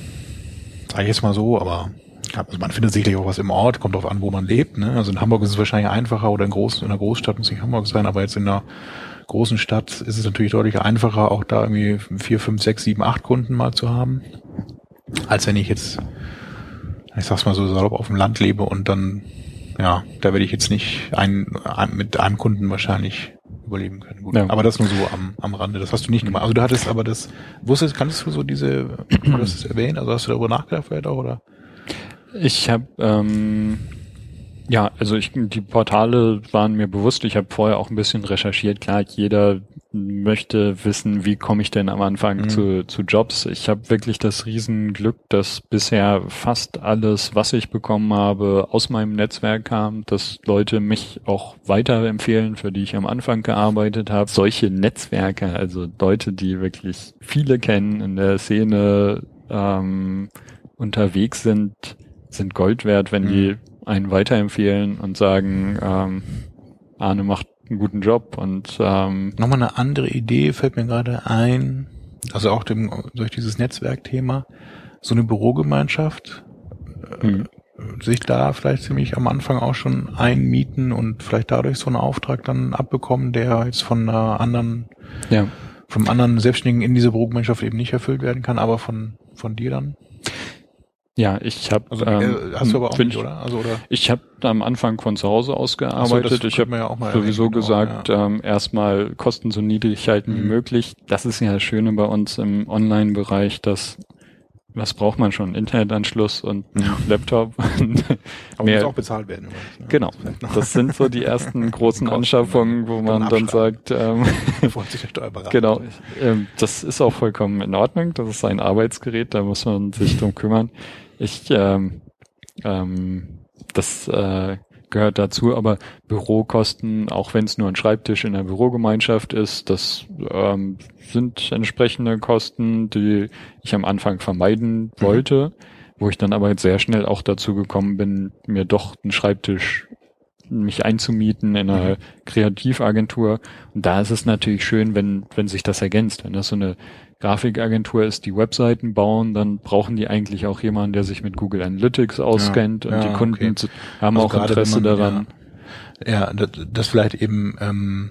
Sag ich jetzt mal so, aber also man findet sicherlich auch was im Ort, kommt drauf an, wo man lebt, ne? Also in Hamburg ist es wahrscheinlich einfacher oder in, groß, in einer Großstadt muss nicht Hamburg sein, aber jetzt in einer großen Stadt ist es natürlich deutlich einfacher, auch da irgendwie vier, fünf, sechs, sieben, acht Kunden mal zu haben, als wenn ich jetzt, ich sag's mal so salopp, auf dem Land lebe und dann, ja, da werde ich jetzt nicht ein, ein, mit einem Kunden wahrscheinlich überleben können. Gut. Ja. Aber das nur so am, am Rande, das hast du nicht gemacht. Also du hattest aber das, wusstest, kannst du so diese, du hast es erwähnt, also hast du darüber nachgedacht vielleicht auch, oder? Ich habe, ähm, ja, also ich, die Portale waren mir bewusst. Ich habe vorher auch ein bisschen recherchiert. Klar, jeder möchte wissen, wie komme ich denn am Anfang mhm. zu, zu Jobs. Ich habe wirklich das Riesenglück, dass bisher fast alles, was ich bekommen habe, aus meinem Netzwerk kam, dass Leute mich auch weiterempfehlen, für die ich am Anfang gearbeitet habe. Solche Netzwerke, also Leute, die wirklich viele kennen in der Szene ähm, unterwegs sind, sind Gold wert, wenn mhm. die einen weiterempfehlen und sagen, ähm, Arne macht einen guten Job und ähm, nochmal eine andere Idee fällt mir gerade ein, also auch dem, durch dieses Netzwerkthema, so eine Bürogemeinschaft, mhm. äh, sich da vielleicht ziemlich am Anfang auch schon einmieten und vielleicht dadurch so einen Auftrag dann abbekommen, der jetzt von einer anderen, ja. vom anderen Selbstständigen in dieser Bürogemeinschaft eben nicht erfüllt werden kann, aber von von dir dann? Ja, ich habe also, ähm, hast du aber auch nicht, ich, oder? Also oder? Ich habe am Anfang von zu Hause aus gearbeitet. So, ich habe ja sowieso genau, gesagt, ja. ähm, erstmal Kosten so niedrig halten mhm. wie möglich. Das ist ja das Schöne bei uns im Online-Bereich, dass was braucht man schon? Internetanschluss und ja. Laptop. Aber muss auch bezahlt werden. Übrigens, ne? Genau. Das sind so die ersten großen Anschaffungen, wo man dann sagt, ähm, sich der Steuerberater. Genau. Ähm, das ist auch vollkommen in Ordnung. Das ist ein Arbeitsgerät, da muss man sich drum kümmern. Ich, ähm, ähm, das, äh, gehört dazu, aber Bürokosten, auch wenn es nur ein Schreibtisch in der Bürogemeinschaft ist, das ähm, sind entsprechende Kosten, die ich am Anfang vermeiden wollte, mhm. wo ich dann aber jetzt sehr schnell auch dazu gekommen bin, mir doch einen Schreibtisch mich einzumieten in einer mhm. Kreativagentur. Und da ist es natürlich schön, wenn wenn sich das ergänzt. Wenn das so eine Grafikagentur ist, die Webseiten bauen, dann brauchen die eigentlich auch jemanden, der sich mit Google Analytics auskennt. Ja, und ja, die Kunden okay. haben also auch Interesse man, daran. Ja, ja das, das vielleicht eben ähm,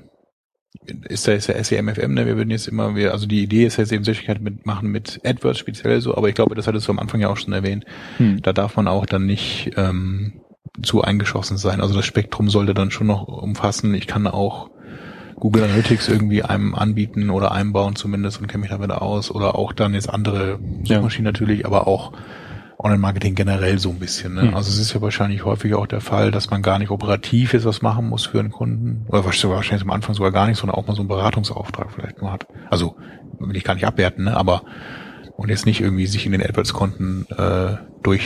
ist da ist ja S E M F M, ne? Wir würden jetzt immer, wir, also die Idee ist jetzt eben Sicherheit mitmachen mit AdWords speziell so, aber ich glaube, das hattest du am Anfang ja auch schon erwähnt. Hm. Da darf man auch dann nicht ähm, zu eingeschossen sein. Also das Spektrum sollte dann schon noch umfassen. Ich kann auch Google Analytics irgendwie einem anbieten oder einbauen zumindest und kenne mich damit aus. Oder auch dann jetzt andere Suchmaschinen ja. natürlich, aber auch Online-Marketing generell so ein bisschen. Ne? Mhm. Also es ist ja wahrscheinlich häufig auch der Fall, dass man gar nicht operativ jetzt was machen muss für einen Kunden. Oder wahrscheinlich am Anfang sogar gar nicht, sondern auch mal so einen Beratungsauftrag vielleicht nur hat. Also will ich gar nicht abwerten, ne? Aber und jetzt nicht irgendwie sich in den AdWords-Konten äh,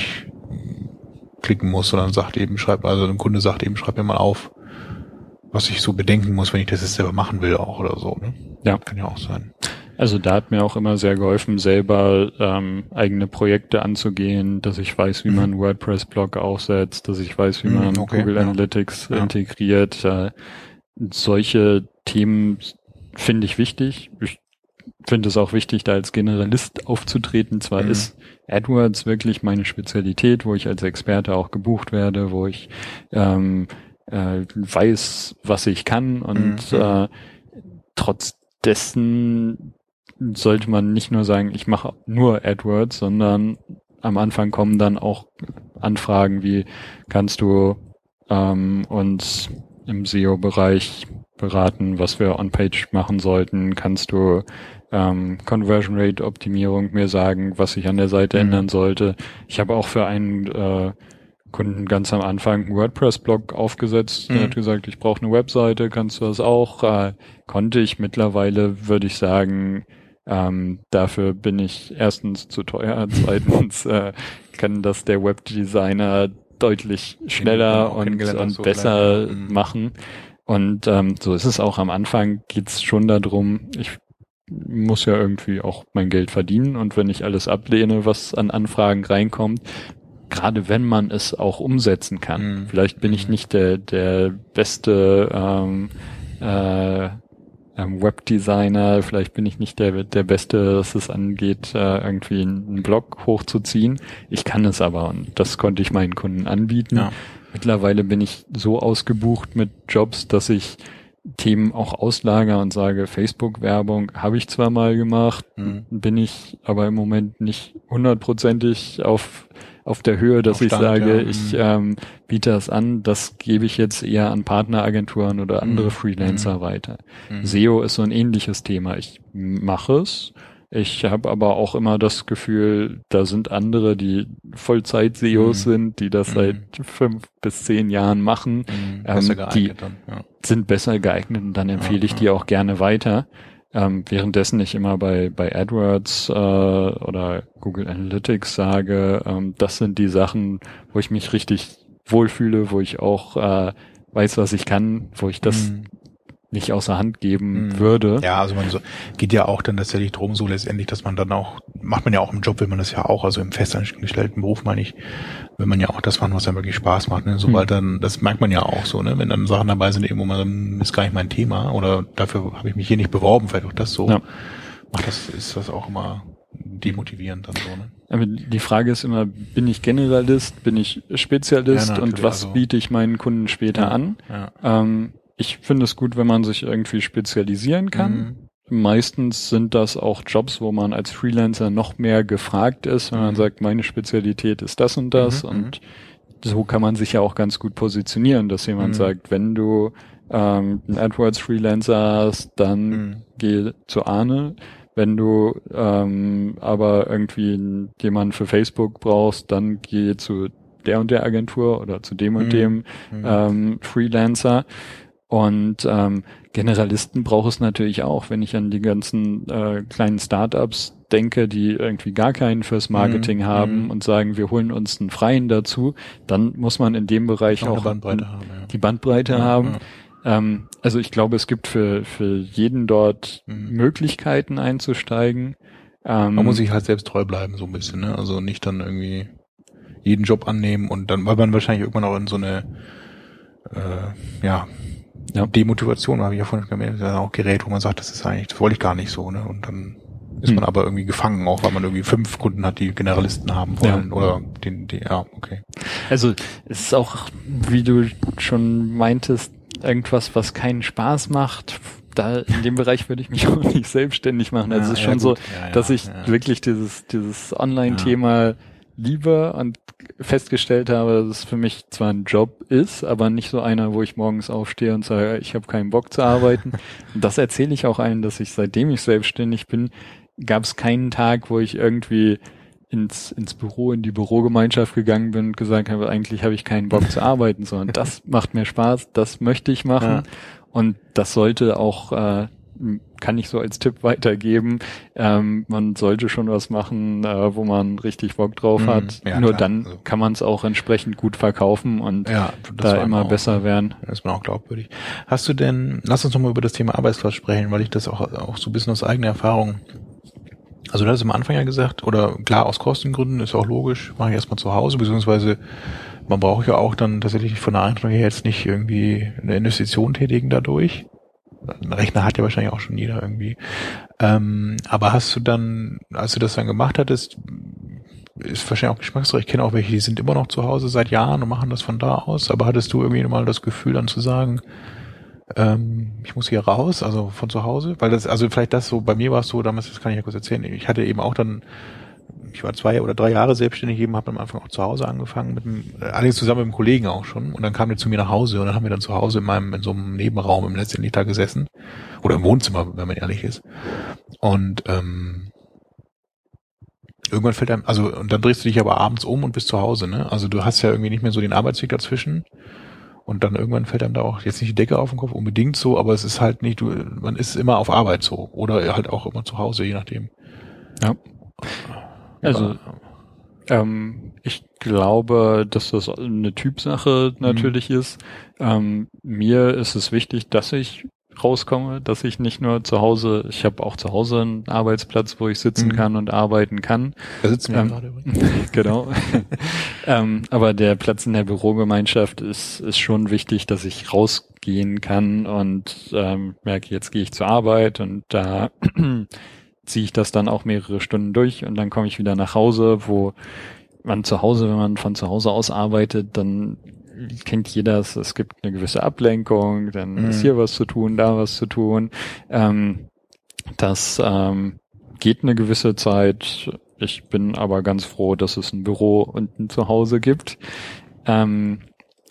durchklicken muss, sondern sagt eben, schreib, also ein Kunde sagt eben, schreib mir mal auf, was ich so bedenken muss, wenn ich das jetzt selber machen will auch oder so. Ne? Ja. Kann ja auch sein. Also da hat mir auch immer sehr geholfen, selber ähm, eigene Projekte anzugehen, dass ich weiß, wie mhm. man einen WordPress-Blog aufsetzt, dass ich weiß, wie man okay, Google ja. Analytics ja. integriert. Äh, solche Themen finde ich wichtig. Ich finde es auch wichtig, da als Generalist aufzutreten. Zwar mhm. ist AdWords wirklich meine Spezialität, wo ich als Experte auch gebucht werde, wo ich ähm, äh, weiß, was ich kann und mhm. äh, trotz dessen sollte man nicht nur sagen, ich mache nur AdWords, sondern am Anfang kommen dann auch Anfragen wie, kannst du ähm, uns im S E O-Bereich beraten, was wir on-page machen sollten, kannst du ähm, Conversion Rate Optimierung mir sagen, was ich an der Seite mhm. ändern sollte. Ich habe auch für einen äh, Kunden ganz am Anfang einen WordPress-Blog aufgesetzt. Mhm. Der hat gesagt, ich brauche eine Webseite, kannst du das auch? Äh, konnte ich mittlerweile, würde ich sagen, ähm, dafür bin ich erstens zu teuer, zweitens äh, kann das der Webdesigner deutlich schneller und, und so besser mhm. machen. Und ähm, so ist es auch am Anfang, geht's schon darum, ich muss ja irgendwie auch mein Geld verdienen und wenn ich alles ablehne, was an Anfragen reinkommt, gerade wenn man es auch umsetzen kann. Mhm. Vielleicht bin ich nicht der der beste ähm, äh, ähm, Webdesigner, vielleicht bin ich nicht der der Beste, was es angeht, äh, irgendwie einen Blog hochzuziehen. Ich kann es aber und das konnte ich meinen Kunden anbieten. Ja. Mittlerweile bin ich so ausgebucht mit Jobs, dass ich Themen auch auslager und sage, Facebook-Werbung habe ich zwar mal gemacht, mhm. bin ich aber im Moment nicht hundertprozentig auf auf der Höhe, dass Stand, ich sage, ja. ich ähm, biete das an, das gebe ich jetzt eher an Partneragenturen oder andere mhm. Freelancer mhm. weiter. Mhm. S E O ist so ein ähnliches Thema. Ich mache es. Ich habe aber auch immer das Gefühl, da sind andere, die Vollzeit-S E Os mhm. sind, die das mhm. seit fünf bis zehn Jahren machen. Mhm. Besser ähm, die dann, ja. sind besser geeignet und dann empfehle ja, ich die ja. auch gerne weiter. Ähm, währenddessen ich immer bei bei AdWords äh, oder Google Analytics sage, ähm, das sind die Sachen, wo ich mich richtig wohlfühle, wo ich auch äh, weiß, was ich kann, wo ich das mhm. nicht außer Hand geben mhm. würde. Ja, also man so geht ja auch dann tatsächlich drum, so letztendlich, dass man dann auch, macht man ja auch im Job, will man das ja auch, also im festangestellten Beruf meine ich, will man ja auch das machen, was einem wirklich Spaß macht, ne? Sobald mhm. dann, das merkt man ja auch so, ne? Wenn dann Sachen dabei sind, irgendwo mal, ist gar nicht mein Thema oder dafür habe ich mich hier nicht beworben, vielleicht auch das so, ja. macht das, ist das auch immer demotivierend dann so, ne? Aber die Frage ist immer, bin ich Generalist, bin ich Spezialist ja, und was also, biete ich meinen Kunden später ja, an? Ja. Ähm, Ich finde es gut, wenn man sich irgendwie spezialisieren kann. Mhm. Meistens sind das auch Jobs, wo man als Freelancer noch mehr gefragt ist, wenn mhm. man sagt, meine Spezialität ist das und das. Mhm. Und so kann man sich ja auch ganz gut positionieren, dass jemand mhm. sagt, wenn du ähm, einen AdWords-Freelancer hast, dann mhm. geh zu Arne. Wenn du ähm, aber irgendwie jemanden für Facebook brauchst, dann geh zu der und der Agentur oder zu dem und mhm. dem ähm, Freelancer. Und ähm, Generalisten braucht es natürlich auch, wenn ich an die ganzen äh, kleinen Startups denke, die irgendwie gar keinen fürs Marketing Mhm. haben Mhm. und sagen, wir holen uns einen Freien dazu, dann muss man in dem Bereich Auch auch eine Bandbreite haben, ja. die Bandbreite Ja, haben. ja. Ähm, also ich glaube, es gibt für, für jeden dort Mhm. Möglichkeiten einzusteigen. Ähm, Man muss sich halt selbst treu bleiben, so ein bisschen, ne? Also nicht dann irgendwie jeden Job annehmen und dann, weil man wahrscheinlich irgendwann auch in so eine, äh, ja, Ja. Demotivation, habe ich ja vorhin gemerkt, dann auch gerät, wo man sagt, das ist eigentlich, das wollte ich gar nicht so, ne? Und dann ist Hm. man aber irgendwie gefangen, auch weil man irgendwie fünf Kunden hat, die Generalisten haben wollen Ja. oder den, die, ja, okay. Also es ist auch, wie du schon meintest, irgendwas, was keinen Spaß macht. Da in dem Bereich würde ich mich auch nicht selbstständig machen. Also Ja, es ist ja, schon so, gut. Ja, ja, dass ich ja. wirklich dieses dieses Online-Thema liebe und festgestellt habe, dass es für mich zwar ein Job ist, aber nicht so einer, wo ich morgens aufstehe und sage, ich habe keinen Bock zu arbeiten. Und das erzähle ich auch allen, dass ich, seitdem ich selbstständig bin, gab es keinen Tag, wo ich irgendwie ins ins Büro, in die Bürogemeinschaft gegangen bin und gesagt habe, eigentlich habe ich keinen Bock zu arbeiten, sondern das macht mir Spaß, das möchte ich machen. Ja. Und das sollte auch, äh, kann ich so als Tipp weitergeben, ähm, man sollte schon was machen, äh, wo man richtig Bock drauf Mhm. hat. Ja, Nur klar. dann Also- kann man es auch entsprechend gut verkaufen und Ja, das da war immer auch- besser werden. Das ist mir auch glaubwürdig. Hast du denn, lass uns nochmal über das Thema Arbeitsplatz sprechen, weil ich das auch, auch so ein bisschen aus eigener Erfahrung, also du hast am Anfang ja gesagt, oder klar, aus Kostengründen, ist auch logisch, mache ich erstmal zu Hause, beziehungsweise man braucht ja auch dann tatsächlich von der Eintracht her jetzt nicht irgendwie eine Investition tätigen dadurch. Ein Rechner hat ja wahrscheinlich auch schon jeder irgendwie. Ähm, aber hast du dann, als du das dann gemacht hattest, ist wahrscheinlich auch Geschmackssache. Ich kenne auch welche, die sind immer noch zu Hause seit Jahren und machen das von da aus. Aber hattest du irgendwie mal das Gefühl dann zu sagen, ähm, ich muss hier raus, also von zu Hause? Weil das, also vielleicht das so, bei mir war es so, damals, das kann ich ja kurz erzählen, ich hatte eben auch dann, ich war zwei oder drei Jahre selbstständig, eben habe am Anfang auch zu Hause angefangen, mit dem, allerdings zusammen mit einem Kollegen auch schon. Und dann kam der zu mir nach Hause und dann haben wir dann zu Hause in meinem, in so einem Nebenraum im letztendlich da gesessen. Oder im Wohnzimmer, wenn man ehrlich ist. Und ähm, irgendwann fällt einem, also und dann drehst du dich aber abends um und bist zu Hause, ne? Also du hast ja irgendwie nicht mehr so den Arbeitsweg dazwischen. Und dann irgendwann fällt einem da auch jetzt nicht die Decke auf den Kopf, unbedingt so, aber es ist halt nicht, du, man ist immer auf Arbeit so. Oder halt auch immer zu Hause, je nachdem. Ja. Also ähm, ich glaube, dass das eine Typsache natürlich Mhm. ist. Ähm, mir ist es wichtig, dass ich rauskomme, dass ich nicht nur zu Hause, ich habe auch zu Hause einen Arbeitsplatz, wo ich sitzen Mhm. kann und arbeiten kann. Da sitzen wir Ähm, gerade übrigens. Genau. ähm, aber der Platz in der Bürogemeinschaft ist, ist schon wichtig, dass ich rausgehen kann und ähm, merke, jetzt gehe ich zur Arbeit und da ziehe ich das dann auch mehrere Stunden durch und dann komme ich wieder nach Hause, wo man zu Hause, wenn man von zu Hause aus arbeitet, dann kennt jeder es, es gibt eine gewisse Ablenkung, dann Mhm. ist hier was zu tun, da was zu tun. Ähm, das ähm, geht eine gewisse Zeit. Ich bin aber ganz froh, dass es ein Büro und ein Zuhause gibt. Ähm,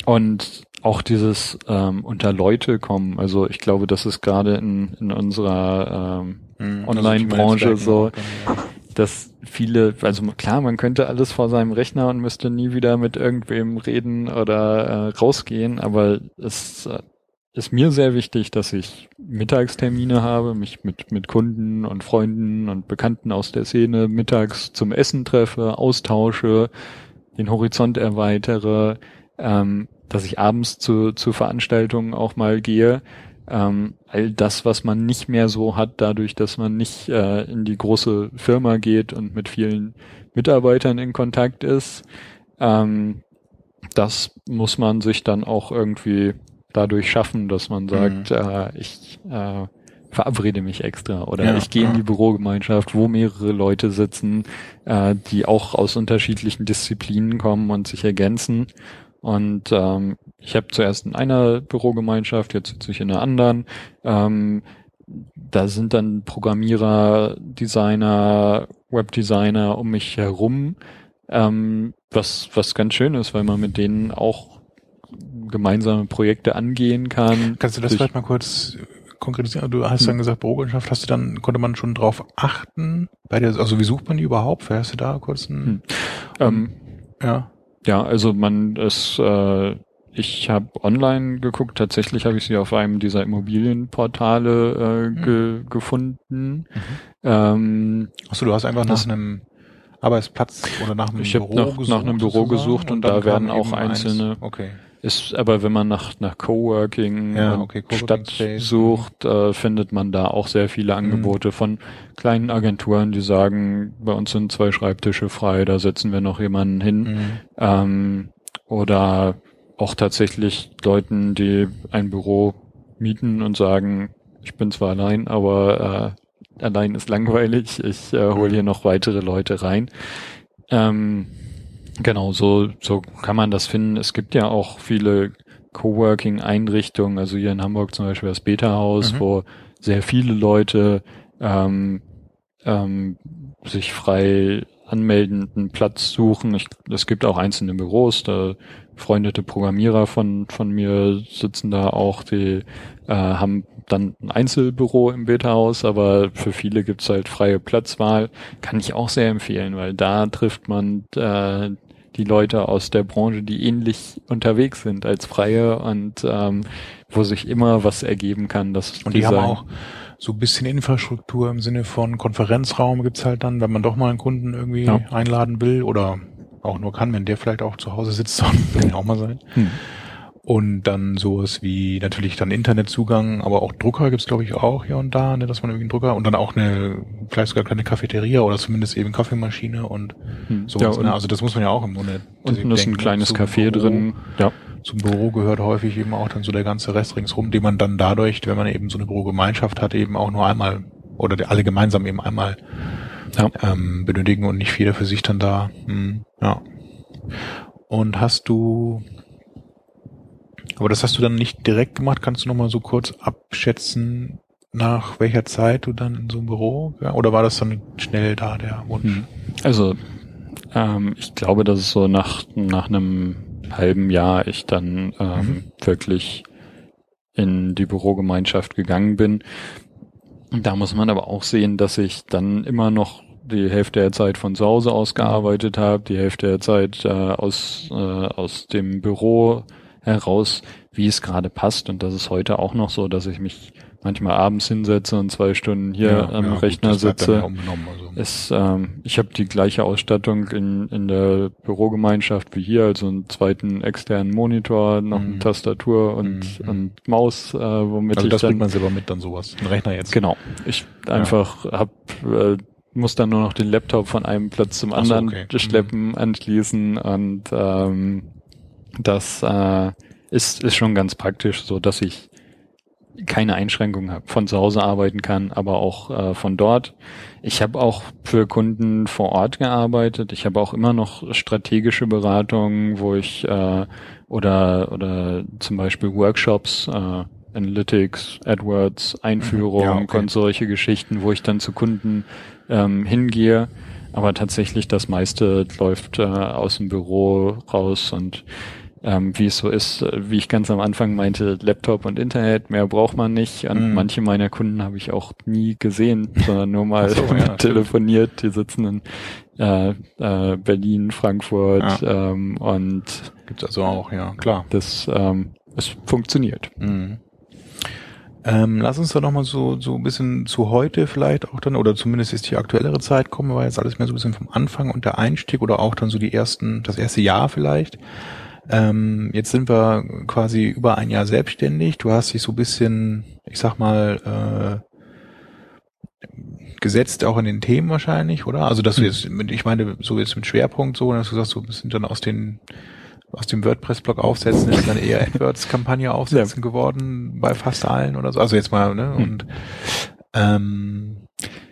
und auch dieses ähm, unter Leute kommen. Also ich glaube, das ist gerade in, in unserer ähm, Mhm. Online-Branche Also so, die Netzwerken auch, dass viele, also klar, man könnte alles vor seinem Rechner und müsste nie wieder mit irgendwem reden oder äh, rausgehen, aber es äh, ist mir sehr wichtig, dass ich Mittagstermine habe, mich mit mit Kunden und Freunden und Bekannten aus der Szene mittags zum Essen treffe, austausche, den Horizont erweitere, ähm, dass ich abends zu zu Veranstaltungen auch mal gehe. Ähm, all das, was man nicht mehr so hat, dadurch, dass man nicht äh, in die große Firma geht und mit vielen Mitarbeitern in Kontakt ist, ähm, das muss man sich dann auch irgendwie dadurch schaffen, dass man sagt, Mhm. äh, ich äh, verabrede mich extra oder Ja, ich gehe in ja. die Bürogemeinschaft, wo mehrere Leute sitzen, äh, die auch aus unterschiedlichen Disziplinen kommen und sich ergänzen. Und ähm, ich habe zuerst in einer Bürogemeinschaft, jetzt sitze ich in einer anderen. Ähm, da sind dann Programmierer, Designer, Webdesigner um mich herum, ähm, was was ganz schön ist, weil man mit denen auch gemeinsame Projekte angehen kann. Kannst du das Sich- vielleicht mal kurz konkretisieren? Du hast dann gesagt, Bürogemeinschaft, hast du dann, konnte man schon drauf achten? Bei der, also wie sucht man die überhaupt? Vielleicht hast du da kurz einen, ähm, ja. Ja, also man ist, äh, ich habe online geguckt, tatsächlich habe ich sie auf einem dieser Immobilienportale äh, ge- mhm. gefunden. Mhm. Ähm, Achso, du hast einfach nach einem Arbeitsplatz oder nach einem ich Büro gesucht? Ich habe nach einem Büro gesucht und, und da werden auch einzelne, eins. Okay. Ist aber, wenn man nach nach Coworking ja, und okay, Coworking Stadt Space. sucht, äh, findet man da auch sehr viele Angebote mhm. von kleinen Agenturen, die sagen, bei uns sind zwei Schreibtische frei, da setzen wir noch jemanden hin. Mhm. Ähm, oder auch tatsächlich Leuten, die ein Büro mieten und sagen, ich bin zwar allein, aber äh, allein ist langweilig, ich äh, hole hier noch weitere Leute rein. Ähm, Genau, so, so kann man das finden. Es gibt ja auch viele Coworking-Einrichtungen, also hier in Hamburg zum Beispiel das Beta-Haus, mhm. wo sehr viele Leute ähm, ähm, sich frei anmelden, einen Platz suchen. Ich, es gibt auch einzelne Büros, da befreundete Programmierer von von mir sitzen da auch, die äh, haben dann ein Einzelbüro im Beta-Haus, aber für viele gibt's halt freie Platzwahl. Kann ich auch sehr empfehlen, weil da trifft man äh, die Leute aus der Branche, die ähnlich unterwegs sind als Freie und ähm, wo sich immer was ergeben kann. Dass und die, die haben sagen, auch so ein bisschen Infrastruktur im Sinne von Konferenzraum gibt's halt dann, wenn man doch mal einen Kunden irgendwie ja. einladen will oder auch nur kann, wenn der vielleicht auch zu Hause sitzt, kann ja auch mal sein. Hm. Und dann sowas wie natürlich dann Internetzugang, aber auch Drucker gibt's glaube ich auch hier und da, ne, dass man irgendwie einen Drucker und dann auch eine, vielleicht sogar eine Cafeteria oder zumindest eben Kaffeemaschine und hm. sowas. Ja, und ne? Also das muss man ja auch im Grunde unten ist ein kleines Café drin. Ja. Zum Büro gehört häufig eben auch dann so der ganze Rest ringsrum, den man dann dadurch, wenn man eben so eine Bürogemeinschaft hat, eben auch nur einmal oder alle gemeinsam eben einmal ja. ähm, benötigen und nicht jeder für sich dann da. Hm, ja. Und hast du Aber das hast du dann nicht direkt gemacht. Kannst du noch mal so kurz abschätzen, nach welcher Zeit du dann in so einem Büro, ja, oder war das dann schnell da der Wunsch? Also ähm, ich glaube, dass es so nach nach einem halben Jahr ich dann ähm, mhm. wirklich in die Bürogemeinschaft gegangen bin. Da muss man aber auch sehen, dass ich dann immer noch die Hälfte der Zeit von zu Hause aus gearbeitet habe, die Hälfte der Zeit äh, aus äh, aus dem Büro heraus, wie es gerade passt. Und das ist heute auch noch so, dass ich mich manchmal abends hinsetze und zwei Stunden hier ja, am ja, Rechner gut, sitze. Ja also. Es, ähm, ich habe die gleiche Ausstattung in, in der Bürogemeinschaft wie hier, also einen zweiten externen Monitor, noch mhm. eine Tastatur und, mhm. und Maus, äh, womit also ich das dann... bringt man selber mit dann sowas, ein Rechner jetzt. Genau. Ich einfach ja. hab, äh, muss dann nur noch den Laptop von einem Platz zum anderen so, okay. schleppen, mhm. anschließen und ähm, das äh, ist, ist schon ganz praktisch, so dass ich keine Einschränkungen habe, von zu Hause arbeiten kann, aber auch äh, von dort. Ich habe auch für Kunden vor Ort gearbeitet. Ich habe auch immer noch strategische Beratungen, wo ich äh, oder oder zum Beispiel Workshops, äh, Analytics, AdWords, Einführung ja, okay. und solche Geschichten, wo ich dann zu Kunden ähm, hingehe. Aber tatsächlich das meiste läuft äh, aus dem Büro raus und ähm, wie es so ist, wie ich ganz am Anfang meinte, Laptop und Internet, mehr braucht man nicht. Und mm. manche meiner Kunden habe ich auch nie gesehen, sondern nur mal so, ja, telefoniert. Die sitzen in äh, äh, Berlin, Frankfurt ja. ähm, und gibt's also auch, ja, klar. Das ähm, es funktioniert. Mm. Ähm, lass uns doch nochmal so so ein bisschen zu heute vielleicht auch dann, oder zumindest ist die aktuellere Zeit kommen, war jetzt alles mehr so ein bisschen vom Anfang und der Einstieg oder auch dann so die ersten, das erste Jahr vielleicht. Ähm, jetzt sind wir quasi über ein Jahr selbstständig. Du hast dich so ein bisschen, ich sag mal, äh, gesetzt auch in den Themen wahrscheinlich, oder? Also dass du jetzt, ich meine, so jetzt mit Schwerpunkt so, dass du sagst, so ein bisschen dann aus den aus dem WordPress-Blog aufsetzen, ist dann eher AdWords-Kampagne aufsetzen ja. geworden bei fast allen oder so. Also jetzt mal, ne? Mhm. Und ähm,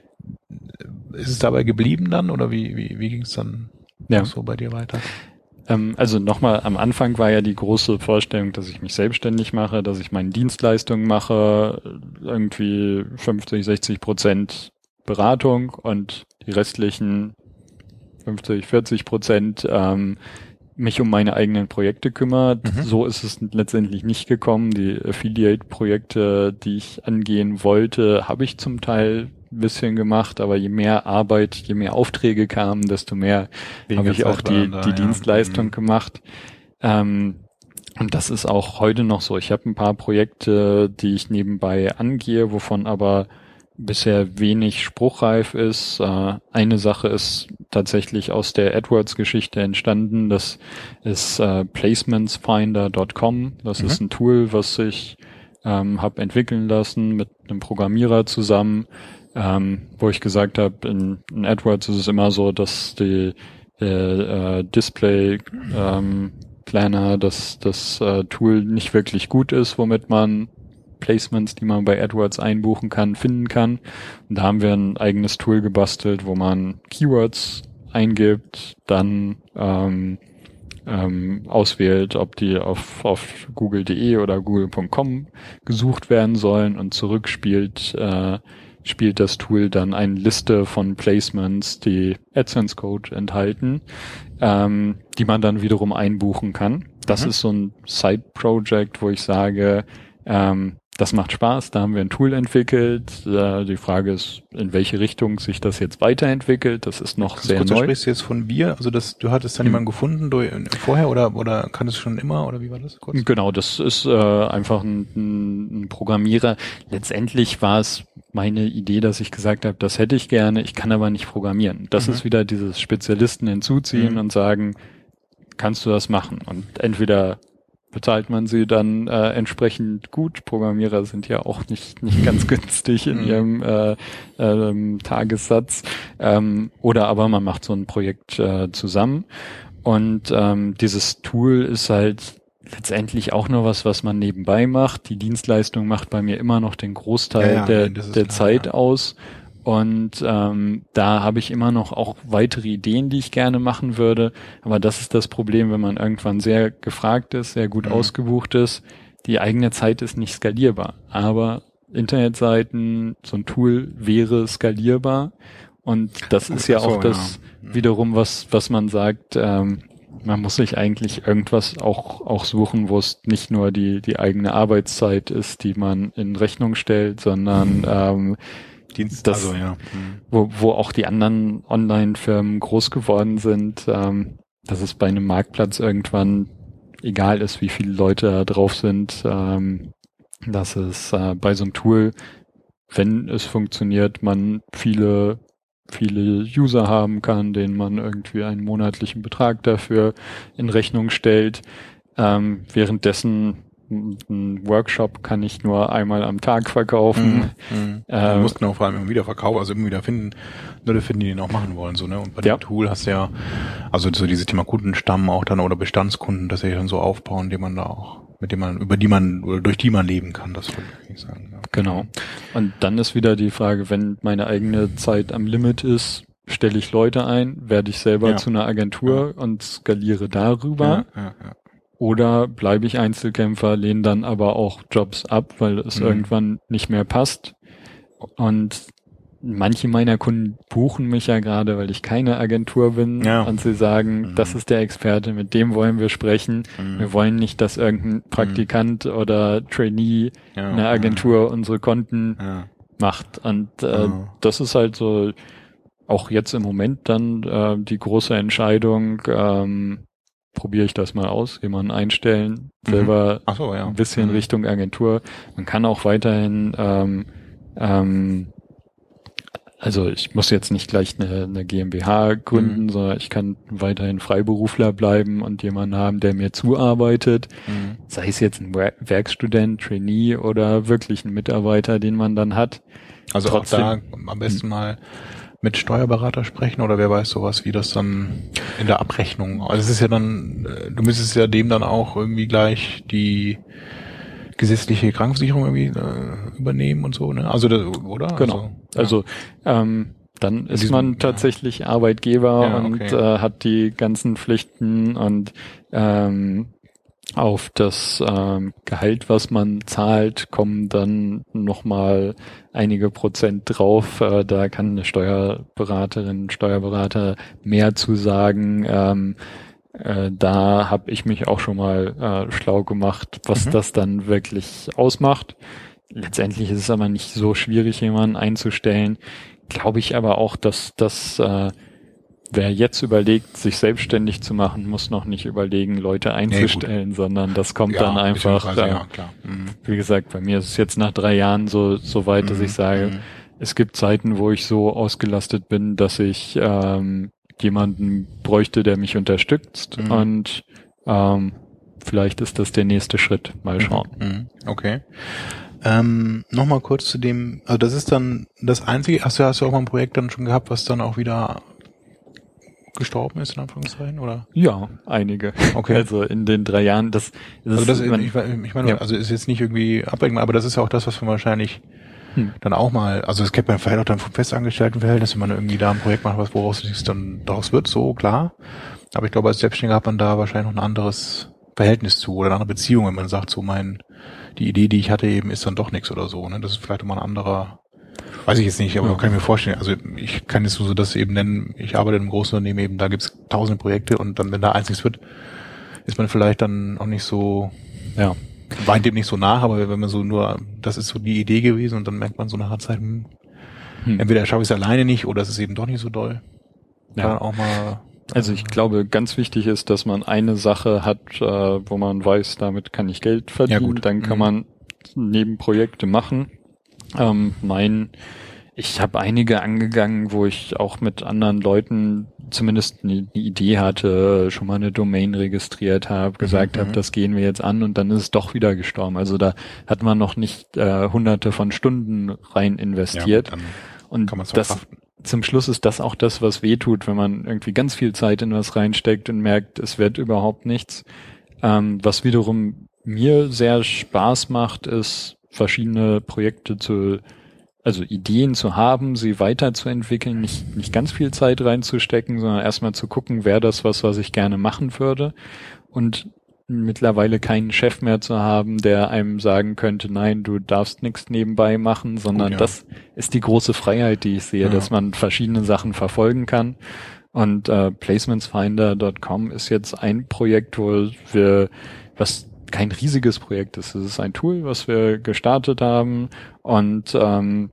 ist es dabei geblieben dann oder wie wie wie ging es dann ja. so bei dir weiter? Ähm, also nochmal, am Anfang war ja die große Vorstellung, dass ich mich selbstständig mache, dass ich meine Dienstleistungen mache, irgendwie fünfzig, sechzig Prozent Beratung und die restlichen fünfzig, vierzig Prozent ähm, mich um meine eigenen Projekte kümmert. Mhm. So ist es letztendlich nicht gekommen. Die Affiliate-Projekte, die ich angehen wollte, habe ich zum Teil ein bisschen gemacht, aber je mehr Arbeit, je mehr Aufträge kamen, desto mehr habe ich auch die, da, die ja. Dienstleistung mhm. gemacht. Ähm, Und das ist auch heute noch so. Ich habe ein paar Projekte, die ich nebenbei angehe, wovon aber bisher wenig spruchreif ist. Äh, eine Sache ist tatsächlich aus der AdWords-Geschichte entstanden. Das ist äh, Placements Finder Punkt com. Das mhm. ist ein Tool, was ich ähm, habe entwickeln lassen mit einem Programmierer zusammen, ähm, wo ich gesagt habe, in, in AdWords ist es immer so, dass die der äh, Display ähm, Planner, dass das äh, Tool nicht wirklich gut ist, womit man Placements, die man bei AdWords einbuchen kann, finden kann. Und da haben wir ein eigenes Tool gebastelt, wo man Keywords eingibt, dann ähm, ähm, auswählt, ob die auf, auf google punkt de oder google punkt com gesucht werden sollen und zurückspielt äh, spielt das Tool dann eine Liste von Placements, die AdSense-Code enthalten, ähm, die man dann wiederum einbuchen kann. Das mhm. ist so ein Side-Project, wo ich sage, ähm, das macht Spaß, da haben wir ein Tool entwickelt. Äh, die Frage ist, in welche Richtung sich das jetzt weiterentwickelt. Das ist noch Kannst sehr kurz, neu. Sprichst du jetzt von wir? Also das, du hattest dann hm. jemanden gefunden durch, vorher oder oder kanntest du schon immer oder wie war das? Kurz? Genau, das ist äh, einfach ein, ein Programmierer. Letztendlich war es meine Idee, dass ich gesagt habe, das hätte ich gerne, ich kann aber nicht programmieren. Das mhm. ist wieder dieses Spezialisten hinzuziehen mhm. und sagen, kannst du das machen? Und entweder bezahlt man sie dann äh, entsprechend gut. Programmierer sind ja auch nicht nicht ganz günstig in ihrem äh, ähm, Tagessatz. Ähm, oder aber man macht so ein Projekt äh, zusammen. Und ähm, dieses Tool ist halt letztendlich auch nur was, was man nebenbei macht. Die Dienstleistung macht bei mir immer noch den Großteil ja, ja, der, der klar, Zeit ja. aus. Und ähm, da habe ich immer noch auch weitere Ideen, die ich gerne machen würde. Aber das ist das Problem, wenn man irgendwann sehr gefragt ist, sehr gut mhm. ausgebucht ist. Die eigene Zeit ist nicht skalierbar. Aber Internetseiten, so ein Tool wäre skalierbar. Und das ist ja so, auch das ja. wiederum, was was man sagt, ähm, man muss sich eigentlich irgendwas auch auch suchen, wo es nicht nur die die eigene Arbeitszeit ist, die man in Rechnung stellt, sondern mhm. ähm, Dienst, das, also, ja. Mhm. wo, wo auch die anderen Online-Firmen groß geworden sind, ähm, dass es bei einem Marktplatz irgendwann egal ist, wie viele Leute da drauf sind, ähm, dass es äh, bei so einem Tool, wenn es funktioniert, man viele viele User haben kann, denen man irgendwie einen monatlichen Betrag dafür in Rechnung stellt. Ähm, währenddessen ein Workshop kann ich nur einmal am Tag verkaufen. Mhm. Mhm. Ähm, du musst auch vor allem immer wieder verkaufen, also immer wieder finden, Leute finden, die den auch machen wollen, so, ne? Und bei ja. dem Tool hast du ja, also so dieses Thema Kundenstamm auch dann oder Bestandskunden, dass sie dann so aufbauen, die man da auch, mit dem man, über die man, oder durch die man leben kann, das würde ich sagen. Ja. Genau. Und dann ist wieder die Frage, wenn meine eigene Zeit am Limit ist, stelle ich Leute ein, werde ich selber ja. zu einer Agentur ja. und skaliere darüber. Ja, ja, ja. Oder bleibe ich Einzelkämpfer, lehne dann aber auch Jobs ab, weil es mhm. irgendwann nicht mehr passt. Und manche meiner Kunden buchen mich ja gerade, weil ich keine Agentur bin. Ja. Und sie sagen, mhm. das ist der Experte, mit dem wollen wir sprechen. Mhm. Wir wollen nicht, dass irgendein Praktikant mhm. oder Trainee ja, eine Agentur ja. unsere Konten ja. macht. Und äh, ja. das ist halt so auch jetzt im Moment dann äh, die große Entscheidung, ähm, probiere ich das mal aus, jemanden einstellen, selber mhm. so, ja. ein bisschen mhm. Richtung Agentur. Man kann auch weiterhin, ähm, ähm, also ich muss jetzt nicht gleich eine, eine GmbH gründen, mhm. sondern ich kann weiterhin Freiberufler bleiben und jemanden haben, der mir zuarbeitet. Mhm. Sei es jetzt ein Werkstudent, Trainee oder wirklich ein Mitarbeiter, den man dann hat. Also Trotzdem, auch da am besten mal mit Steuerberater sprechen oder wer weiß sowas, wie das dann in der Abrechnung, also es ist ja dann, du müsstest ja dem dann auch irgendwie gleich die gesetzliche Krankenversicherung irgendwie äh, übernehmen und so, ne? Also das, oder? Genau. Also, ja. also ähm, dann ist diesem, man tatsächlich ja. Arbeitgeber ja, und okay. äh, hat die ganzen Pflichten und ähm, auf das ähm, Gehalt, was man zahlt, kommen dann nochmal einige Prozent drauf. Äh, da kann eine Steuerberaterin, Steuerberater mehr zu sagen. Ähm, äh, da habe ich mich auch schon mal äh, schlau gemacht, was mhm. das dann wirklich ausmacht. Letztendlich ist es aber nicht so schwierig, jemanden einzustellen. Glaube ich aber auch, dass das äh, wer jetzt überlegt, sich selbstständig zu machen, muss noch nicht überlegen, Leute einzustellen, nee, sondern das kommt ja, dann einfach, äh, ja, klar. Mhm. Wie gesagt, bei mir ist es jetzt nach drei Jahren so, so weit, mhm. dass ich sage, mhm. es gibt Zeiten, wo ich so ausgelastet bin, dass ich ähm, jemanden bräuchte, der mich unterstützt mhm. und ähm, vielleicht ist das der nächste Schritt. Mal schauen. Mhm. Okay. Ähm, Nochmal kurz zu dem, also das ist dann das Einzige, hast du, hast du auch mal ein Projekt dann schon gehabt, was dann auch wieder gestorben ist, in Anführungszeichen, oder? Ja, einige. Okay. Also in den drei Jahren, das, das also das ist, ist, ich, ich meine, ja. also ist jetzt nicht irgendwie abwägend, aber das ist ja auch das, was man wahrscheinlich hm. dann auch mal, also es kennt man vielleicht auch dann vom Festangestelltenverhältnis, wenn man irgendwie da ein Projekt macht, was woraus es dann daraus wird, so, klar. Aber ich glaube, als Selbstständiger hat man da wahrscheinlich noch ein anderes Verhältnis zu oder eine andere Beziehung, wenn man sagt, so mein, die Idee, die ich hatte eben, ist dann doch nichts oder so, ne? Das ist vielleicht immer ein anderer, weiß ich jetzt nicht, aber ja. kann ich mir vorstellen. Also ich kann jetzt so das eben nennen, ich arbeite in einem großen Unternehmen eben, da gibt's tausende Projekte und dann, wenn da eins nichts wird, ist man vielleicht dann auch nicht so, ja, weint dem nicht so nach, aber wenn man so nur, das ist so die Idee gewesen und dann merkt man so nach einer Zeit, hm, hm. entweder schaffe ich es alleine nicht oder es ist eben doch nicht so doll. Ja. Dann auch mal. Also ich glaube, ganz wichtig ist, dass man eine Sache hat, äh, wo man weiß, damit kann ich Geld verdienen. Ja, gut. Dann kann mhm. man Nebenprojekte machen. Ähm, mein, ich habe einige angegangen, wo ich auch mit anderen Leuten zumindest eine, eine Idee hatte, schon mal eine Domain registriert habe, gesagt mhm. habe, das gehen wir jetzt an und dann ist es doch wieder gestorben. Also da hat man noch nicht äh, hunderte von Stunden rein investiert. Ja, und kann das verkraften. Zum Schluss ist das auch das, was weh tut, wenn man irgendwie ganz viel Zeit in was reinsteckt und merkt, es wird überhaupt nichts. Ähm, was wiederum mir sehr Spaß macht, ist, verschiedene Projekte zu, also Ideen zu haben, sie weiterzuentwickeln, nicht, nicht ganz viel Zeit reinzustecken, sondern erstmal zu gucken, wäre das was, was ich gerne machen würde und mittlerweile keinen Chef mehr zu haben, der einem sagen könnte, nein, du darfst nichts nebenbei machen, sondern Gut, ja. das ist die große Freiheit, die ich sehe, ja. dass man verschiedene Sachen verfolgen kann. Und äh, placementsfinder Punkt com ist jetzt ein Projekt, wo wir, was kein riesiges Projekt ist, es ist ein Tool, was wir gestartet haben und ähm,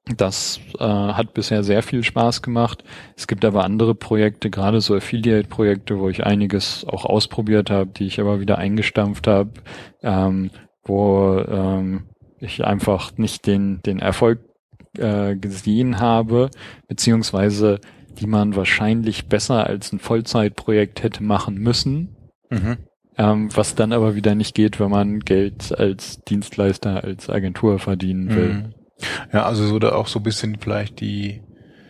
das äh, hat bisher sehr viel Spaß gemacht. Es gibt aber andere Projekte, gerade so Affiliate-Projekte, wo ich einiges auch ausprobiert habe, die ich aber wieder eingestampft habe, ähm, wo ähm, ich einfach nicht den den Erfolg äh, gesehen habe, beziehungsweise die man wahrscheinlich besser als ein Vollzeitprojekt hätte machen müssen, mhm. ähm, was dann aber wieder nicht geht, wenn man Geld als Dienstleister, als Agentur verdienen will. Mhm. Ja, also so da auch so ein bisschen vielleicht die,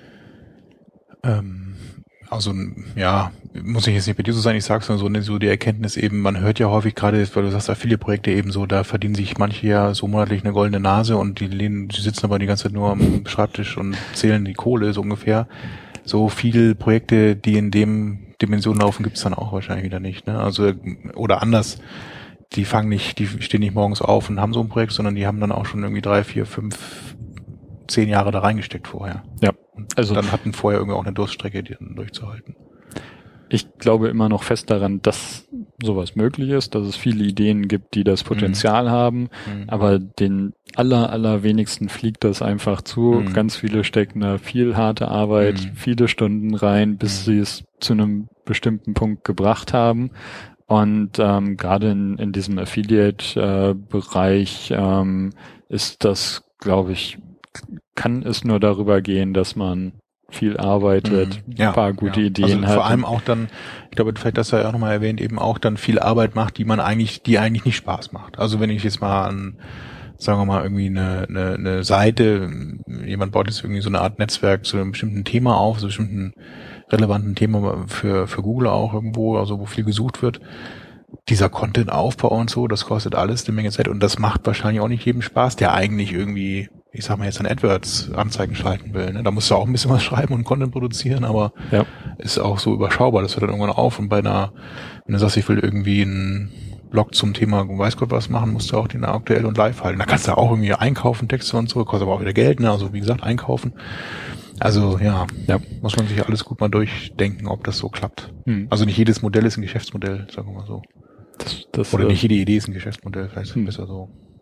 ähm, also ja, muss ich jetzt nicht bei dir so sein, ich sag's nur so, ne, so die Erkenntnis eben, man hört ja häufig gerade, weil du sagst, Affiliate-Projekte eben so, da verdienen sich manche ja so monatlich eine goldene Nase und die lehnen, die sitzen aber die ganze Zeit nur am Schreibtisch und zählen die Kohle, so ungefähr. So viele Projekte, die in dem Dimension laufen, gibt's dann auch wahrscheinlich wieder nicht, ne? Also, oder anders. Die fangen nicht, die stehen nicht morgens auf und haben so ein Projekt, sondern die haben dann auch schon irgendwie drei, vier, fünf, zehn Jahre da reingesteckt vorher. Ja. Und also dann hatten vorher irgendwie auch eine Durststrecke, die dann durchzuhalten. Ich glaube immer noch fest daran, dass sowas möglich ist, dass es viele Ideen gibt, die das Potenzial mhm. haben, mhm. aber den aller, allerwenigsten fliegt das einfach zu. Mhm. Ganz viele stecken da viel harte Arbeit, mhm. viele Stunden rein, bis mhm. sie es zu einem bestimmten Punkt gebracht haben. Und ähm, gerade in, in diesem Affiliate-Bereich äh, ähm, ist das, glaube ich, kann es nur darüber gehen, dass man viel arbeitet, mhm. ja, ein paar gute ja. Ideen also hat. Vor allem auch dann, ich glaube, vielleicht das ja auch nochmal erwähnt, eben auch dann viel Arbeit macht, die man eigentlich, die eigentlich nicht Spaß macht. Also wenn ich jetzt mal an, sagen wir mal, irgendwie eine, eine, eine Seite, jemand baut jetzt irgendwie so eine Art Netzwerk zu einem bestimmten Thema auf, zu einem bestimmten relevanten Thema für, für Google auch irgendwo, also wo viel gesucht wird. Dieser Content-Aufbau und so, das kostet alles eine Menge Zeit und das macht wahrscheinlich auch nicht jedem Spaß, der eigentlich irgendwie, ich sag mal jetzt an AdWords-Anzeigen schalten will. Ne? Da musst du auch ein bisschen was schreiben und Content produzieren, aber ja. ist auch so überschaubar. Das hört dann irgendwann auf und bei einer, wenn du sagst, ich will irgendwie einen Blog zum Thema weiß Gott was machen, musst du auch den aktuell und live halten. Da kannst du auch irgendwie einkaufen, Texte und so, kostet aber auch wieder Geld, ne? Also wie gesagt, einkaufen. Also ja, ja, muss man sich alles gut mal durchdenken, ob das so klappt. Hm. Also nicht jedes Modell ist ein Geschäftsmodell, sagen wir mal so. Das, das, Oder nicht jede Idee ist ein Geschäftsmodell, vielleicht ist es hm. besser so.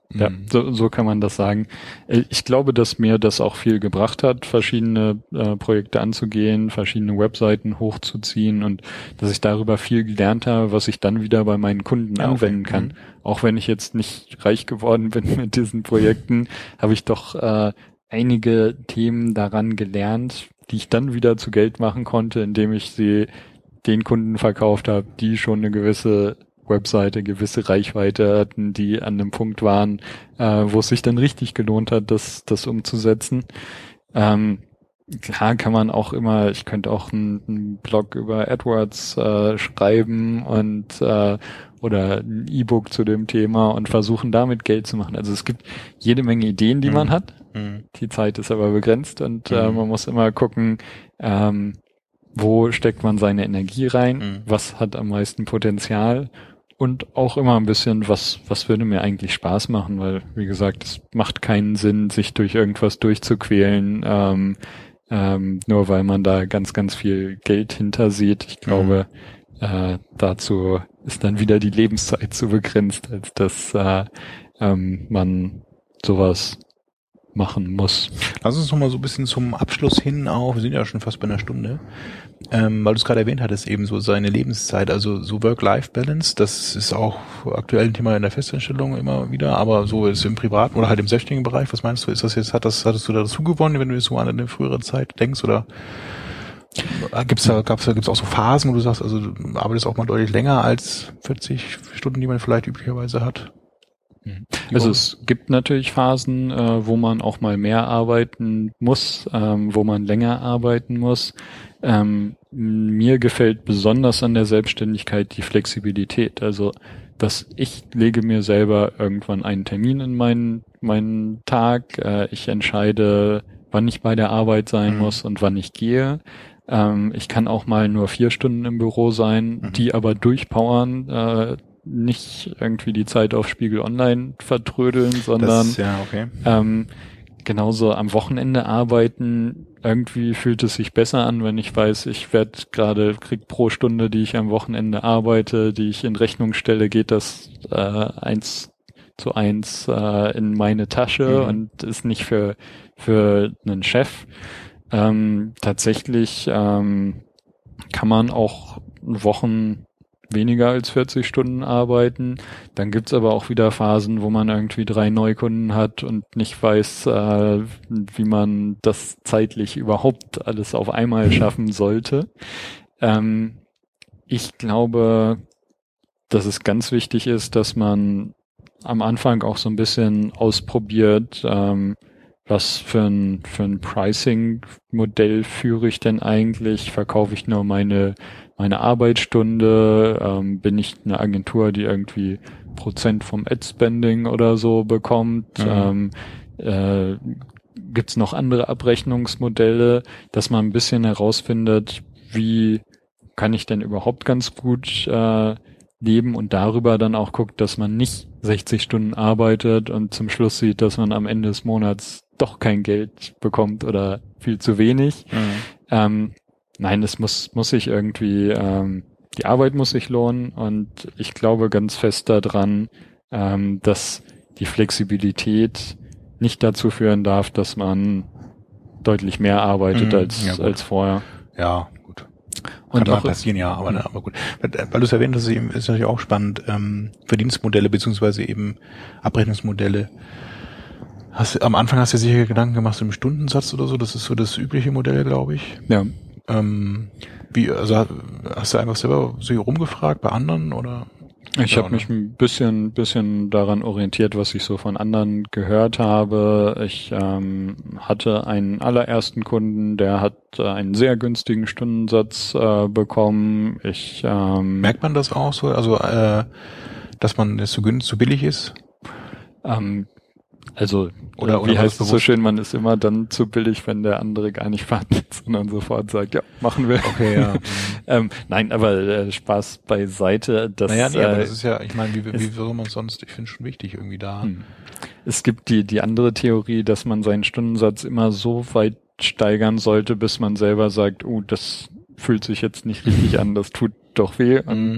Ja, so, so kann man das sagen. Ich glaube, dass mir das auch viel gebracht hat, verschiedene äh, Projekte anzugehen, verschiedene Webseiten hochzuziehen und dass ich darüber viel gelernt habe, was ich dann wieder bei meinen Kunden ja, anwenden okay. kann. Mhm. Auch wenn ich jetzt nicht reich geworden bin mit diesen Projekten, habe ich doch äh, einige Themen daran gelernt, die ich dann wieder zu Geld machen konnte, indem ich sie den Kunden verkauft habe, die schon eine gewisse Webseite, gewisse Reichweite hatten, die an einem Punkt waren, äh, wo es sich dann richtig gelohnt hat, das, das umzusetzen. Ähm, klar kann man auch immer, ich könnte auch einen, einen Blog über AdWords äh, schreiben und äh, oder ein E-Book zu dem Thema und versuchen damit Geld zu machen. Also es gibt jede Menge Ideen, die mhm. man hat. Mhm. Die Zeit ist aber begrenzt und mhm. äh, man muss immer gucken, ähm, wo steckt man seine Energie rein, mhm. was hat am meisten Potenzial und auch immer ein bisschen, was was würde mir eigentlich Spaß machen, weil, wie gesagt, es macht keinen Sinn, sich durch irgendwas durchzuquälen, ähm, ähm, nur weil man da ganz, ganz viel Geld hinter sieht. Ich glaube, mhm. äh, dazu ist dann wieder die Lebenszeit zu begrenzt, als dass äh, ähm, man sowas machen muss. Lass uns noch mal so ein bisschen zum Abschluss hin auch, wir sind ja schon fast bei einer Stunde, ähm, weil du es gerade erwähnt hattest, eben so seine Lebenszeit, also so Work-Life-Balance, das ist auch aktuell ein Thema in der Festanstellung immer wieder, aber so ist im privaten oder halt im selbstständigen Bereich, was meinst du, ist das jetzt, hat das, hattest du da dazu gewonnen, wenn du jetzt so an eine frühere Zeit denkst, oder gibt's da, gab's da, gibt's auch so Phasen, wo du sagst, also du arbeitest auch mal deutlich länger als vierzig Stunden, die man vielleicht üblicherweise hat? Also es gibt natürlich Phasen, äh, wo man auch mal mehr arbeiten muss, ähm, wo man länger arbeiten muss. Ähm, mir gefällt besonders an der Selbstständigkeit die Flexibilität. Also dass ich lege mir selber irgendwann einen Termin in meinen meinen Tag. Äh, ich entscheide, wann ich bei der Arbeit sein mhm. muss und wann ich gehe. Ähm, ich kann auch mal nur vier Stunden im Büro sein, mhm. die aber durchpowern. Äh, nicht irgendwie die Zeit auf Spiegel Online vertrödeln, sondern das, ja, okay. ähm, genauso am Wochenende arbeiten. Irgendwie fühlt es sich besser an, wenn ich weiß, ich werde gerade, krieg pro Stunde, die ich am Wochenende arbeite, die ich in Rechnung stelle, geht das äh, eins zu eins äh, in meine Tasche mhm. und ist nicht für für einen Chef. Ähm, tatsächlich ähm, kann man auch Wochen weniger als vierzig Stunden arbeiten. Dann gibt's aber auch wieder Phasen, wo man irgendwie drei Neukunden hat und nicht weiß, äh, wie man das zeitlich überhaupt alles auf einmal schaffen sollte. Ähm, ich glaube, dass es ganz wichtig ist, dass man am Anfang auch so ein bisschen ausprobiert, ähm, was für ein, für ein Pricing-Modell führe ich denn eigentlich? Verkaufe ich nur meine meine Arbeitsstunde, ähm, bin ich eine Agentur, die irgendwie Prozent vom Ad-Spending oder so bekommt, mhm. ähm, äh, gibt's noch andere Abrechnungsmodelle, dass man ein bisschen herausfindet, wie kann ich denn überhaupt ganz gut äh, leben und darüber dann auch guckt, dass man nicht sechzig Stunden arbeitet und zum Schluss sieht, dass man am Ende des Monats doch kein Geld bekommt oder viel zu wenig. Mhm. Ähm, Nein, es muss muss sich irgendwie, ähm, die Arbeit muss sich lohnen und ich glaube ganz fest daran, ähm, dass die Flexibilität nicht dazu führen darf, dass man deutlich mehr arbeitet mhm, als ja, als vorher. Ja, gut. Und Kann auch mal passieren, ja, aber, aber gut. Weil du es erwähnt hast, ist natürlich auch spannend, ähm, Verdienstmodelle beziehungsweise eben Abrechnungsmodelle. Hast, am Anfang hast du dir sicher Gedanken gemacht im Stundensatz oder so, das ist so das übliche Modell, glaube ich. Ja. Ähm, wie, also hast du einfach selber so rumgefragt bei anderen oder? Ich habe mich ein bisschen, bisschen daran orientiert, was ich so von anderen gehört habe. Ich ähm, hatte einen allerersten Kunden, der hat äh, einen sehr günstigen Stundensatz äh, bekommen. Ich ähm, merkt man das auch so, also äh, dass man das so günstig, so billig ist? Ähm, Also, oder, wie oder heißt es so schön, man ist immer dann zu billig, wenn der andere gar nicht verhandelt, sondern sofort sagt, ja, machen wir. Okay, ja. ähm, nein, aber äh, Spaß beiseite. Das, naja, nee, äh, aber das ist ja, ich meine, wie, wie soll man sonst, ich finde es schon wichtig irgendwie da. Hm. Es gibt die die andere Theorie, dass man seinen Stundensatz immer so weit steigern sollte, bis man selber sagt, oh, das fühlt sich jetzt nicht richtig an, das tut doch weh. Und mm.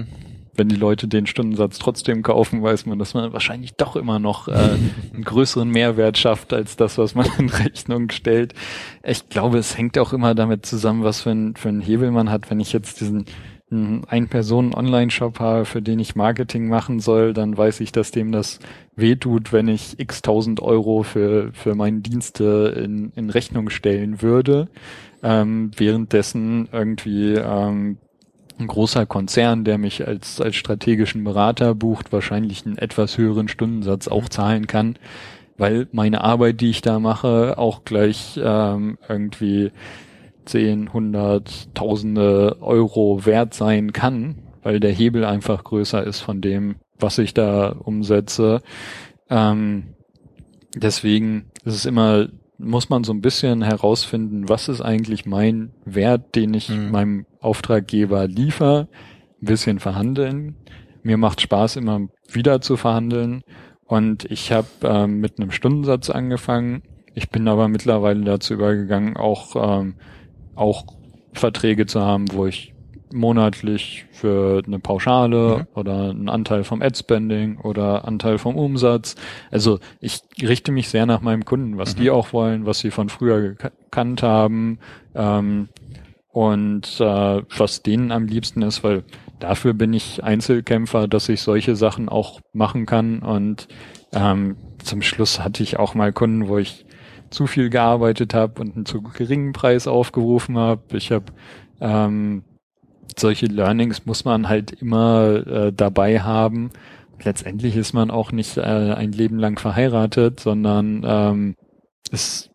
wenn die Leute den Stundensatz trotzdem kaufen, weiß man, dass man wahrscheinlich doch immer noch äh, einen größeren Mehrwert schafft als das, was man in Rechnung stellt. Ich glaube, es hängt auch immer damit zusammen, was für ein, für ein Hebel man hat. Wenn ich jetzt diesen Ein-Personen-Online-Shop habe, für den ich Marketing machen soll, dann weiß ich, dass dem das wehtut, wenn ich x tausend Euro für für meine Dienste in, in Rechnung stellen würde. Ähm, währenddessen irgendwie ähm, ein großer Konzern, der mich als als strategischen Berater bucht, wahrscheinlich einen etwas höheren Stundensatz auch zahlen kann, weil meine Arbeit, die ich da mache, auch gleich ähm, irgendwie zehn, hundert, tausende Euro wert sein kann, weil der Hebel einfach größer ist von dem, was ich da umsetze. Ähm, deswegen ist es immer, muss man so ein bisschen herausfinden, was ist eigentlich mein Wert, den ich mhm. meinem Auftraggeber liefere, ein bisschen verhandeln. Mir macht Spaß, immer wieder zu verhandeln, und ich habe ähm, mit einem Stundensatz angefangen. Ich bin aber mittlerweile dazu übergegangen, auch ähm, auch Verträge zu haben, wo ich monatlich für eine Pauschale mhm. oder einen Anteil vom Ad-Spending oder Anteil vom Umsatz. Also ich richte mich sehr nach meinem Kunden, was mhm. die auch wollen, was sie von früher gekannt haben, ähm, und äh, was denen am liebsten ist, weil dafür bin ich Einzelkämpfer, dass ich solche Sachen auch machen kann. Und ähm, zum Schluss hatte ich auch mal Kunden, wo ich zu viel gearbeitet habe und einen zu geringen Preis aufgerufen habe. Ich habe ähm, solche Learnings muss man halt immer äh, dabei haben. Letztendlich ist man auch nicht äh, ein Leben lang verheiratet, sondern ähm, ist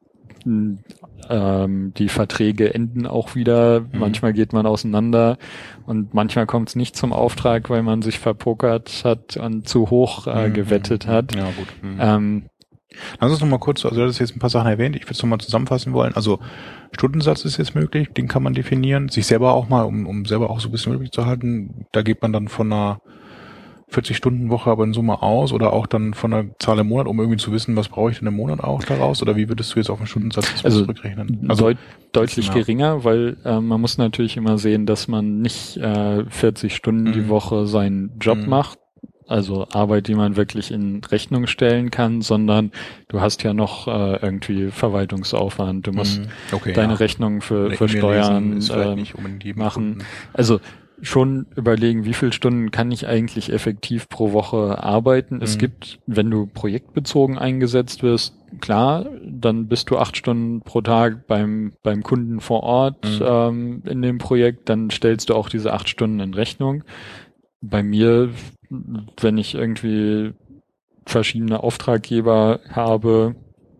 ähm, die Verträge enden auch wieder. Mhm. Manchmal geht man auseinander und manchmal kommt es nicht zum Auftrag, weil man sich verpokert hat und zu hoch äh, gewettet mhm. hat. Ja, gut. Mhm. Ähm, Lass uns noch mal kurz, also du hast jetzt ein paar Sachen erwähnt, ich würde es noch mal zusammenfassen wollen. Also Stundensatz ist jetzt möglich, den kann man definieren, sich selber auch mal, um, um selber auch so ein bisschen übrig zu halten, da geht man dann von einer vierzig-Stunden-Woche aber in Summe aus oder auch dann von einer Zahl im Monat, um irgendwie zu wissen, was brauche ich denn im Monat auch daraus, oder wie würdest du jetzt auf den Stundensatz also zurückrechnen? Also deut- deutlich ja. geringer, weil äh, man muss natürlich immer sehen, dass man nicht äh, vierzig Stunden mhm. die Woche seinen Job mhm. macht, also Arbeit, die man wirklich in Rechnung stellen kann, sondern du hast ja noch äh, irgendwie Verwaltungsaufwand, du musst okay, deine ja. Rechnungen für, für Steuern äh, machen. Also schon überlegen, wie viele Stunden kann ich eigentlich effektiv pro Woche arbeiten. Mhm. Es gibt, wenn du projektbezogen eingesetzt wirst, klar, dann bist du acht Stunden pro Tag beim beim Kunden vor Ort mhm. ähm, in dem Projekt, dann stellst du auch diese acht Stunden in Rechnung. Bei mir, wenn ich irgendwie verschiedene Auftraggeber habe,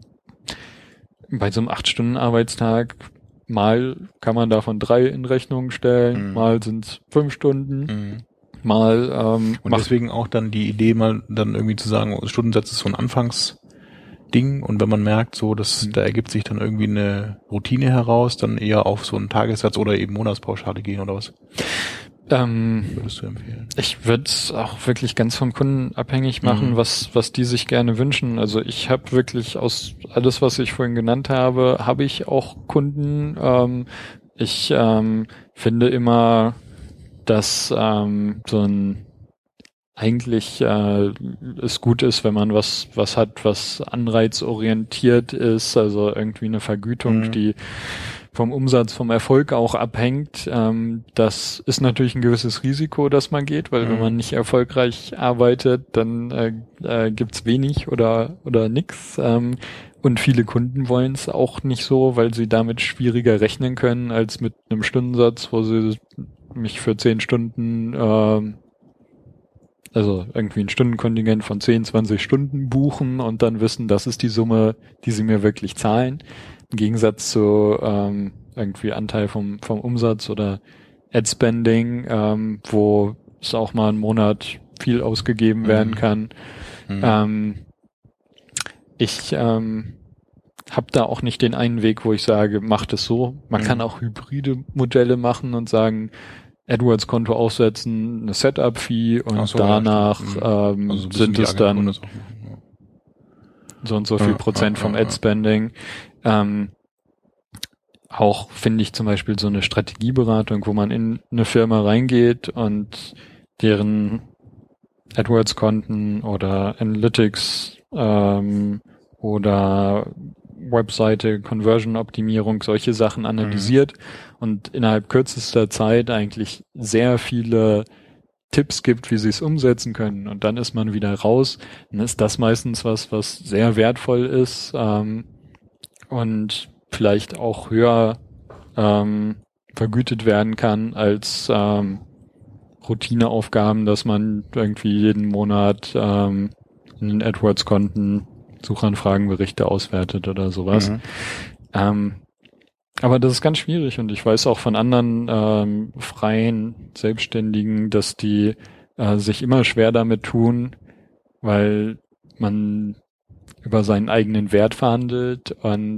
bei so einem acht-Stunden-Arbeitstag, mal kann man davon drei in Rechnung stellen, mhm. mal sind es fünf Stunden, mhm. mal ähm, und deswegen auch dann die Idee, mal dann irgendwie zu sagen, Stundensatz ist so ein Anfangsding, und wenn man merkt, so, dass mhm. da ergibt sich dann irgendwie eine Routine heraus, dann eher auf so einen Tagessatz oder eben Monatspauschale gehen, oder was? Ähm, würdest du empfehlen? Ich würde es auch wirklich ganz vom Kunden abhängig machen, mhm. was was die sich gerne wünschen. Also ich habe wirklich aus alles, was ich vorhin genannt habe, habe ich auch Kunden. Ähm, ich ähm, finde immer, dass ähm, so ein eigentlich äh, es gut ist, wenn man was was hat, was anreizorientiert ist, also irgendwie eine Vergütung, mhm. die vom Umsatz, vom Erfolg auch abhängt. Ähm, das ist natürlich ein gewisses Risiko, das man geht, weil mhm. wenn man nicht erfolgreich arbeitet, dann äh, äh, gibt's wenig oder oder nix. Ähm, und viele Kunden wollen es auch nicht so, weil sie damit schwieriger rechnen können als mit einem Stundensatz, wo sie mich für zehn Stunden, äh, also irgendwie ein Stundenkontingent von zehn, zwanzig Stunden buchen und dann wissen, das ist die Summe, die sie mir wirklich zahlen. Im Gegensatz zu ähm, irgendwie Anteil vom vom Umsatz oder Ad-Spending, ähm, wo es auch mal einen Monat viel ausgegeben mhm. werden kann. Mhm. Ähm, ich ähm, habe da auch nicht den einen Weg, wo ich sage, macht es so. Man mhm. kann auch hybride Modelle machen und sagen, AdWords-Konto aufsetzen, eine Setup-Fee und so, danach ja, ähm, also sind es dann machen, ja. so und so viel ja, Prozent ja, vom ja, Ad-Spending. Ähm, auch finde ich zum Beispiel so eine Strategieberatung, wo man in eine Firma reingeht und deren AdWords-Konten oder Analytics ähm, oder Webseite, Conversion-Optimierung, solche Sachen analysiert mhm. und innerhalb kürzester Zeit eigentlich sehr viele Tipps gibt, wie sie es umsetzen können. Und dann ist man wieder raus. Dann ist das meistens was, was sehr wertvoll ist ähm, und vielleicht auch höher ähm, vergütet werden kann als ähm, Routineaufgaben, dass man irgendwie jeden Monat ähm, in den AdWords-Konten Suchanfragenberichte auswertet oder sowas. Mhm. Ähm, aber das ist ganz schwierig und ich weiß auch von anderen ähm, freien Selbstständigen, dass die äh, sich immer schwer damit tun, weil man über seinen eigenen Wert verhandelt und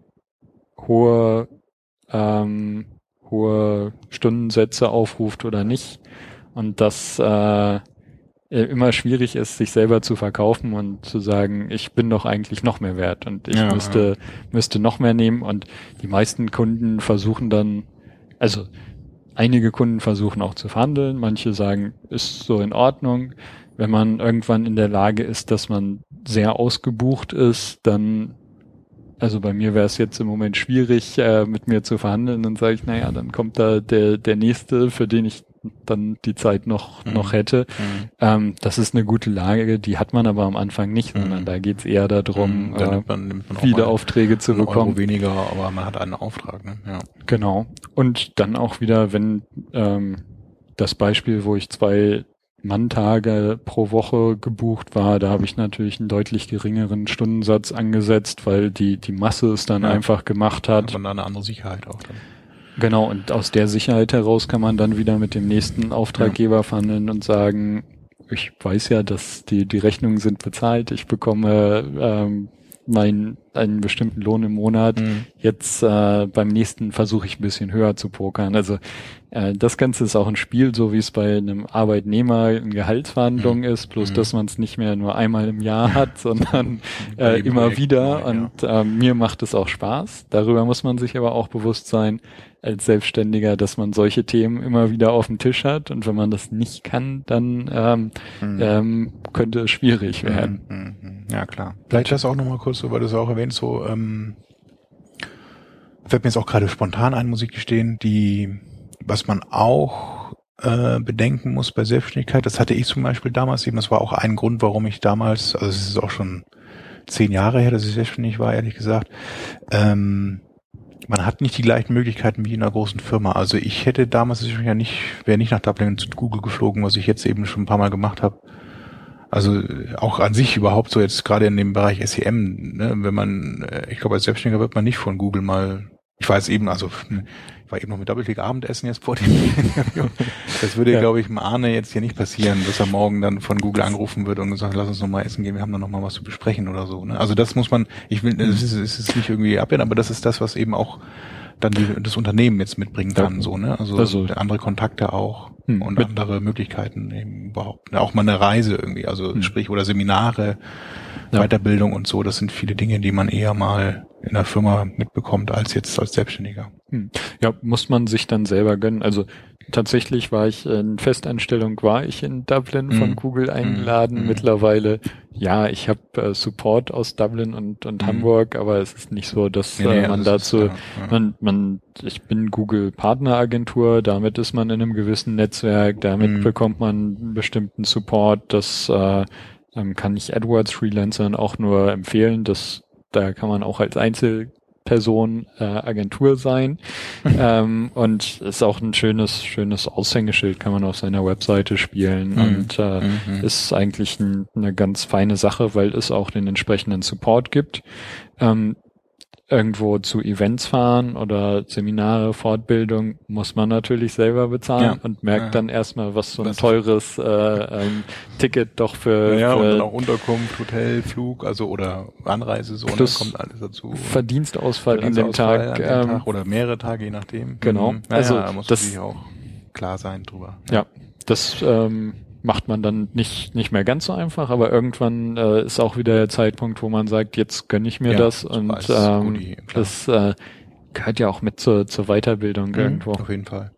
hohe ähm, hohe Stundensätze aufruft oder nicht und das äh, immer schwierig ist, sich selber zu verkaufen und zu sagen, ich bin doch eigentlich noch mehr wert und ich ja, müsste ja. müsste noch mehr nehmen und die meisten Kunden versuchen dann, also einige Kunden versuchen auch zu verhandeln, manche sagen, ist so in Ordnung. Wenn man irgendwann in der Lage ist, dass man sehr ausgebucht ist, dann, also bei mir wäre es jetzt im Moment schwierig, äh, mit mir zu verhandeln, dann sage ich, naja, dann kommt da der der nächste, für den ich dann die Zeit noch mhm. noch hätte. Mhm. Ähm, das ist eine gute Lage, die hat man aber am Anfang nicht, mhm. sondern da geht's eher darum, mhm. nimmt man, nimmt man viele Aufträge zu bekommen. Euro weniger, aber man hat einen Auftrag. Ne? Ja. Genau. Und dann auch wieder, wenn ähm, das Beispiel, wo ich zwei Manntage pro Woche gebucht war, da habe ich natürlich einen deutlich geringeren Stundensatz angesetzt, weil die die Masse es dann ja. einfach gemacht hat. Hat man da eine andere Sicherheit auch dann. Genau, und aus der Sicherheit heraus kann man dann wieder mit dem nächsten Auftraggeber ja. verhandeln und sagen, ich weiß ja, dass die die Rechnungen sind bezahlt, ich bekomme ähm, meinen einen bestimmten Lohn im Monat. Mhm. Jetzt äh, beim nächsten versuche ich ein bisschen höher zu pokern. Also äh, das Ganze ist auch ein Spiel, so wie es bei einem Arbeitnehmer in Gehaltsverhandlungen mhm. ist, bloß mhm. dass man es nicht mehr nur einmal im Jahr hat, sondern äh, immer Projekt wieder. Neu, und ja. äh, mir macht es auch Spaß. Darüber muss man sich aber auch bewusst sein, als Selbstständiger, dass man solche Themen immer wieder auf dem Tisch hat. Und wenn man das nicht kann, dann ähm, mhm. ähm, könnte es schwierig werden. Mhm. Ja, klar. Vielleicht das auch nochmal kurz, so, weil du es auch erwähnt, so ähm, fällt mir jetzt auch gerade spontan ein, muss ich gestehen, die, was man auch äh, bedenken muss bei Selbstständigkeit, das hatte ich zum Beispiel damals eben, das war auch ein Grund, warum ich damals, also es ist auch schon zehn Jahre her, dass ich selbstständig war, ehrlich gesagt, ähm, man hat nicht die gleichen Möglichkeiten wie in einer großen Firma. Also ich hätte damals ja nicht, wäre nicht nach Dublin zu Google geflogen, was ich jetzt eben schon ein paar Mal gemacht habe. Also auch an sich überhaupt so jetzt gerade in dem Bereich S E M, ne, wenn man, ich glaube als Selbstständiger wird man nicht von Google mal, ich weiß eben, also ich war eben noch mit Doppelklick Abendessen jetzt vor dem Interview. Das würde, ja. glaube ich, dem Arne jetzt hier nicht passieren, dass er morgen dann von Google angerufen wird und gesagt, lass uns noch mal essen gehen, wir haben da noch mal was zu besprechen oder so. Ne? Also das muss man, ich will, es ist, es ist nicht irgendwie abwehren, aber das ist das, was eben auch dann die, das Unternehmen jetzt mitbringen kann, ja. so, ne? Also, also andere Kontakte auch hm, und andere Möglichkeiten eben überhaupt. Auch mal eine Reise irgendwie, also hm. sprich oder Seminare, ja. Weiterbildung und so, das sind viele Dinge, die man eher mal in der Firma mitbekommt als jetzt als Selbstständiger. Hm. Ja, muss man sich dann selber gönnen. Also tatsächlich war ich in Festanstellung, war ich in Dublin von mm. Google eingeladen. Mm. Mittlerweile, ja, ich habe äh, Support aus Dublin und und mm. Hamburg, aber es ist nicht so, dass ja, äh, nee, man das dazu, ist, ja, ja. man, man, ich bin Google Partneragentur, damit ist man in einem gewissen Netzwerk, damit mm. bekommt man einen bestimmten Support. Das äh, ähm, kann ich AdWords Freelancern auch nur empfehlen. Das, da kann man auch als Einzel Person äh, Agentur sein ähm, und ist auch ein schönes schönes Aushängeschild, kann man auf seiner Webseite spielen mhm. und äh, mhm. ist eigentlich ein, eine ganz feine Sache, weil es auch den entsprechenden Support gibt. Ähm, irgendwo zu Events fahren oder Seminare, Fortbildung muss man natürlich selber bezahlen ja. und merkt ja. dann erstmal, was so ein was teures äh, ein Ticket doch für, ja, für und dann auch Unterkunft, Hotel, Flug, also oder Anreise, so ne, kommt alles dazu. Verdienstausfall, Verdienstausfall an dem Tag, an dem ähm, Tag oder mehrere Tage, je nachdem. Genau. Mhm. Naja, also da muss das natürlich auch klar sein drüber. Ja, ja das ähm, macht man dann nicht nicht mehr ganz so einfach, aber irgendwann äh, ist auch wieder der Zeitpunkt, wo man sagt, jetzt gönne ich mir ja, das und ähm, Gudi, das äh, gehört ja auch mit zur, zur Weiterbildung mhm, irgendwo. Auf jeden Fall.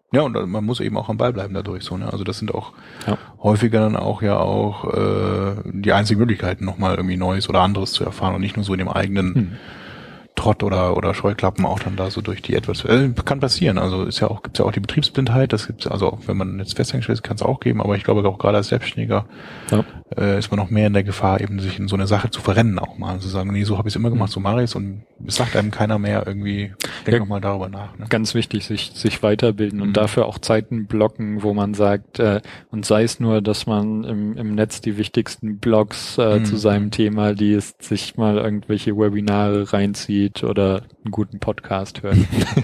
Ja, und man muss eben auch am Ball bleiben dadurch so, ne? Also das sind auch ja. häufiger dann auch ja auch äh, die einzigen Möglichkeiten, nochmal irgendwie Neues oder anderes zu erfahren und nicht nur so in dem eigenen hm. Trott oder oder Scheuklappen auch dann da so durch die etwas äh, kann passieren. Also ist ja auch gibt's ja auch die Betriebsblindheit, das gibt's also auch wenn man jetzt festangestellt ist, kann es auch geben, aber ich glaube auch gerade als Selbstständiger ja. äh, ist man noch mehr in der Gefahr, eben sich in so eine Sache zu verrennen auch mal, zu sagen, nee, so habe ich es immer gemacht, so mache ich es und es sagt einem keiner mehr irgendwie, denk ja, noch mal darüber nach. Ne? Ganz wichtig, sich sich weiterbilden und mhm. dafür auch Zeiten blocken, wo man sagt, äh, und sei es nur, dass man im, im Netz die wichtigsten Blogs äh, mhm. zu seinem Thema liest, sich mal irgendwelche Webinare reinzieht oder einen guten Podcast hören.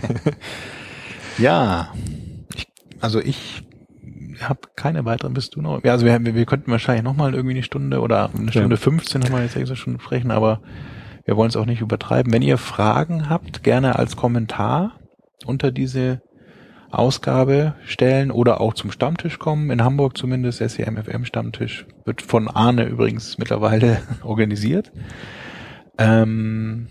Ja, ich, also ich habe keine weiteren, bist du noch? Ja, also wir, wir könnten wahrscheinlich nochmal irgendwie eine Stunde oder eine Stunde ja. fünfzehn haben wir jetzt extra schon sprechen, aber wir wollen es auch nicht übertreiben. Wenn ihr Fragen habt, gerne als Kommentar unter diese Ausgabe stellen oder auch zum Stammtisch kommen, in Hamburg zumindest, S E M F M Stammtisch, wird von Arne übrigens mittlerweile organisiert. Ähm,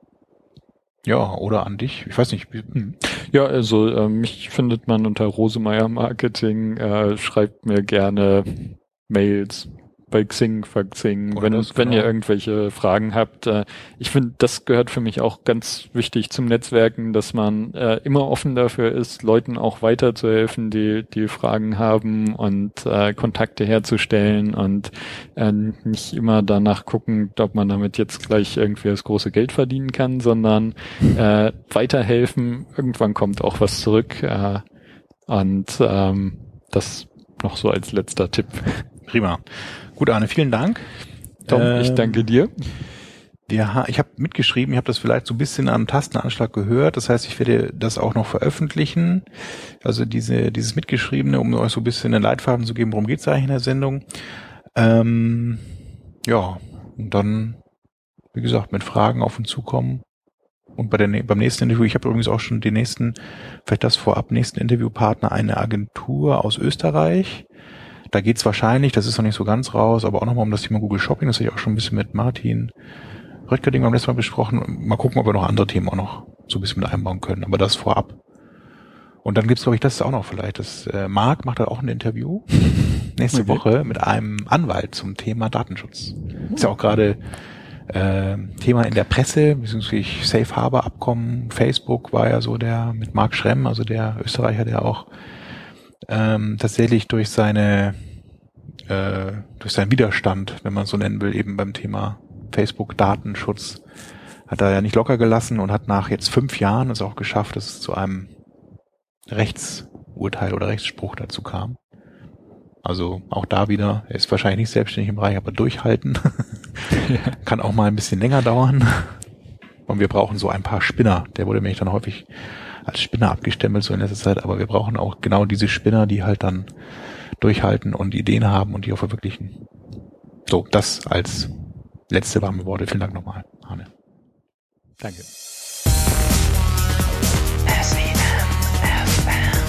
Ja, oder an dich. Ich weiß nicht. Ja, also äh, mich findet man unter Rosemeyer Marketing. Äh, schreibt mir gerne Mails bei Xing, bei Xing, wenn, das, wenn genau. ihr irgendwelche Fragen habt. Äh, ich finde, das gehört für mich auch ganz wichtig zum Netzwerken, dass man äh, immer offen dafür ist, Leuten auch weiterzuhelfen, die die Fragen haben und äh, Kontakte herzustellen und äh, nicht immer danach gucken, ob man damit jetzt gleich irgendwie das große Geld verdienen kann, sondern äh, weiterhelfen. Irgendwann kommt auch was zurück. Äh, und ähm, das noch so als letzter Tipp. Prima. Gut, Arne, vielen Dank. Tom, ähm, ich danke dir. Ja, ich habe mitgeschrieben, ich habe das vielleicht so ein bisschen am Tastenanschlag gehört. Das heißt, ich werde das auch noch veröffentlichen. Also diese dieses Mitgeschriebene, um euch so ein bisschen einen Leitfaden zu geben, worum geht's eigentlich in der Sendung. Ähm, ja, und dann, wie gesagt, mit Fragen auf uns zukommen. Und bei der, beim nächsten Interview, ich habe übrigens auch schon den nächsten, vielleicht das vorab, nächsten Interviewpartner, eine Agentur aus Österreich. Da geht's wahrscheinlich, das ist noch nicht so ganz raus, aber auch nochmal um das Thema Google Shopping. Das habe ich auch schon ein bisschen mit Martin Röttgerding beim letzten Mal besprochen. Mal gucken, ob wir noch andere Themen auch noch so ein bisschen mit einbauen können. Aber das vorab. Und dann gibt's, glaube ich, das ist auch noch vielleicht. Das äh, Marc macht da auch ein Interview nächste okay. Woche mit einem Anwalt zum Thema Datenschutz. Oh. Ist ja auch gerade äh, Thema in der Presse, beziehungsweise Safe Harbor Abkommen. Facebook war ja so der mit Marc Schremm, also der Österreicher, der auch Ähm, tatsächlich durch seine äh, durch seinen Widerstand, wenn man es so nennen will, eben beim Thema Facebook-Datenschutz, hat er ja nicht locker gelassen und hat nach jetzt fünf Jahren es auch geschafft, dass es zu einem Rechtsurteil oder Rechtsspruch dazu kam. Also auch da wieder, er ist wahrscheinlich nicht selbstständig im Bereich, aber durchhalten. Kann auch mal ein bisschen länger dauern. Und wir brauchen so ein paar Spinner. Der wurde nämlich dann häufig als Spinner abgestempelt so in letzter Zeit, aber wir brauchen auch genau diese Spinner, die halt dann durchhalten und Ideen haben und die auch verwirklichen. So, das als letzte warme Worte. Vielen Dank nochmal, Arne. Danke. S E M F M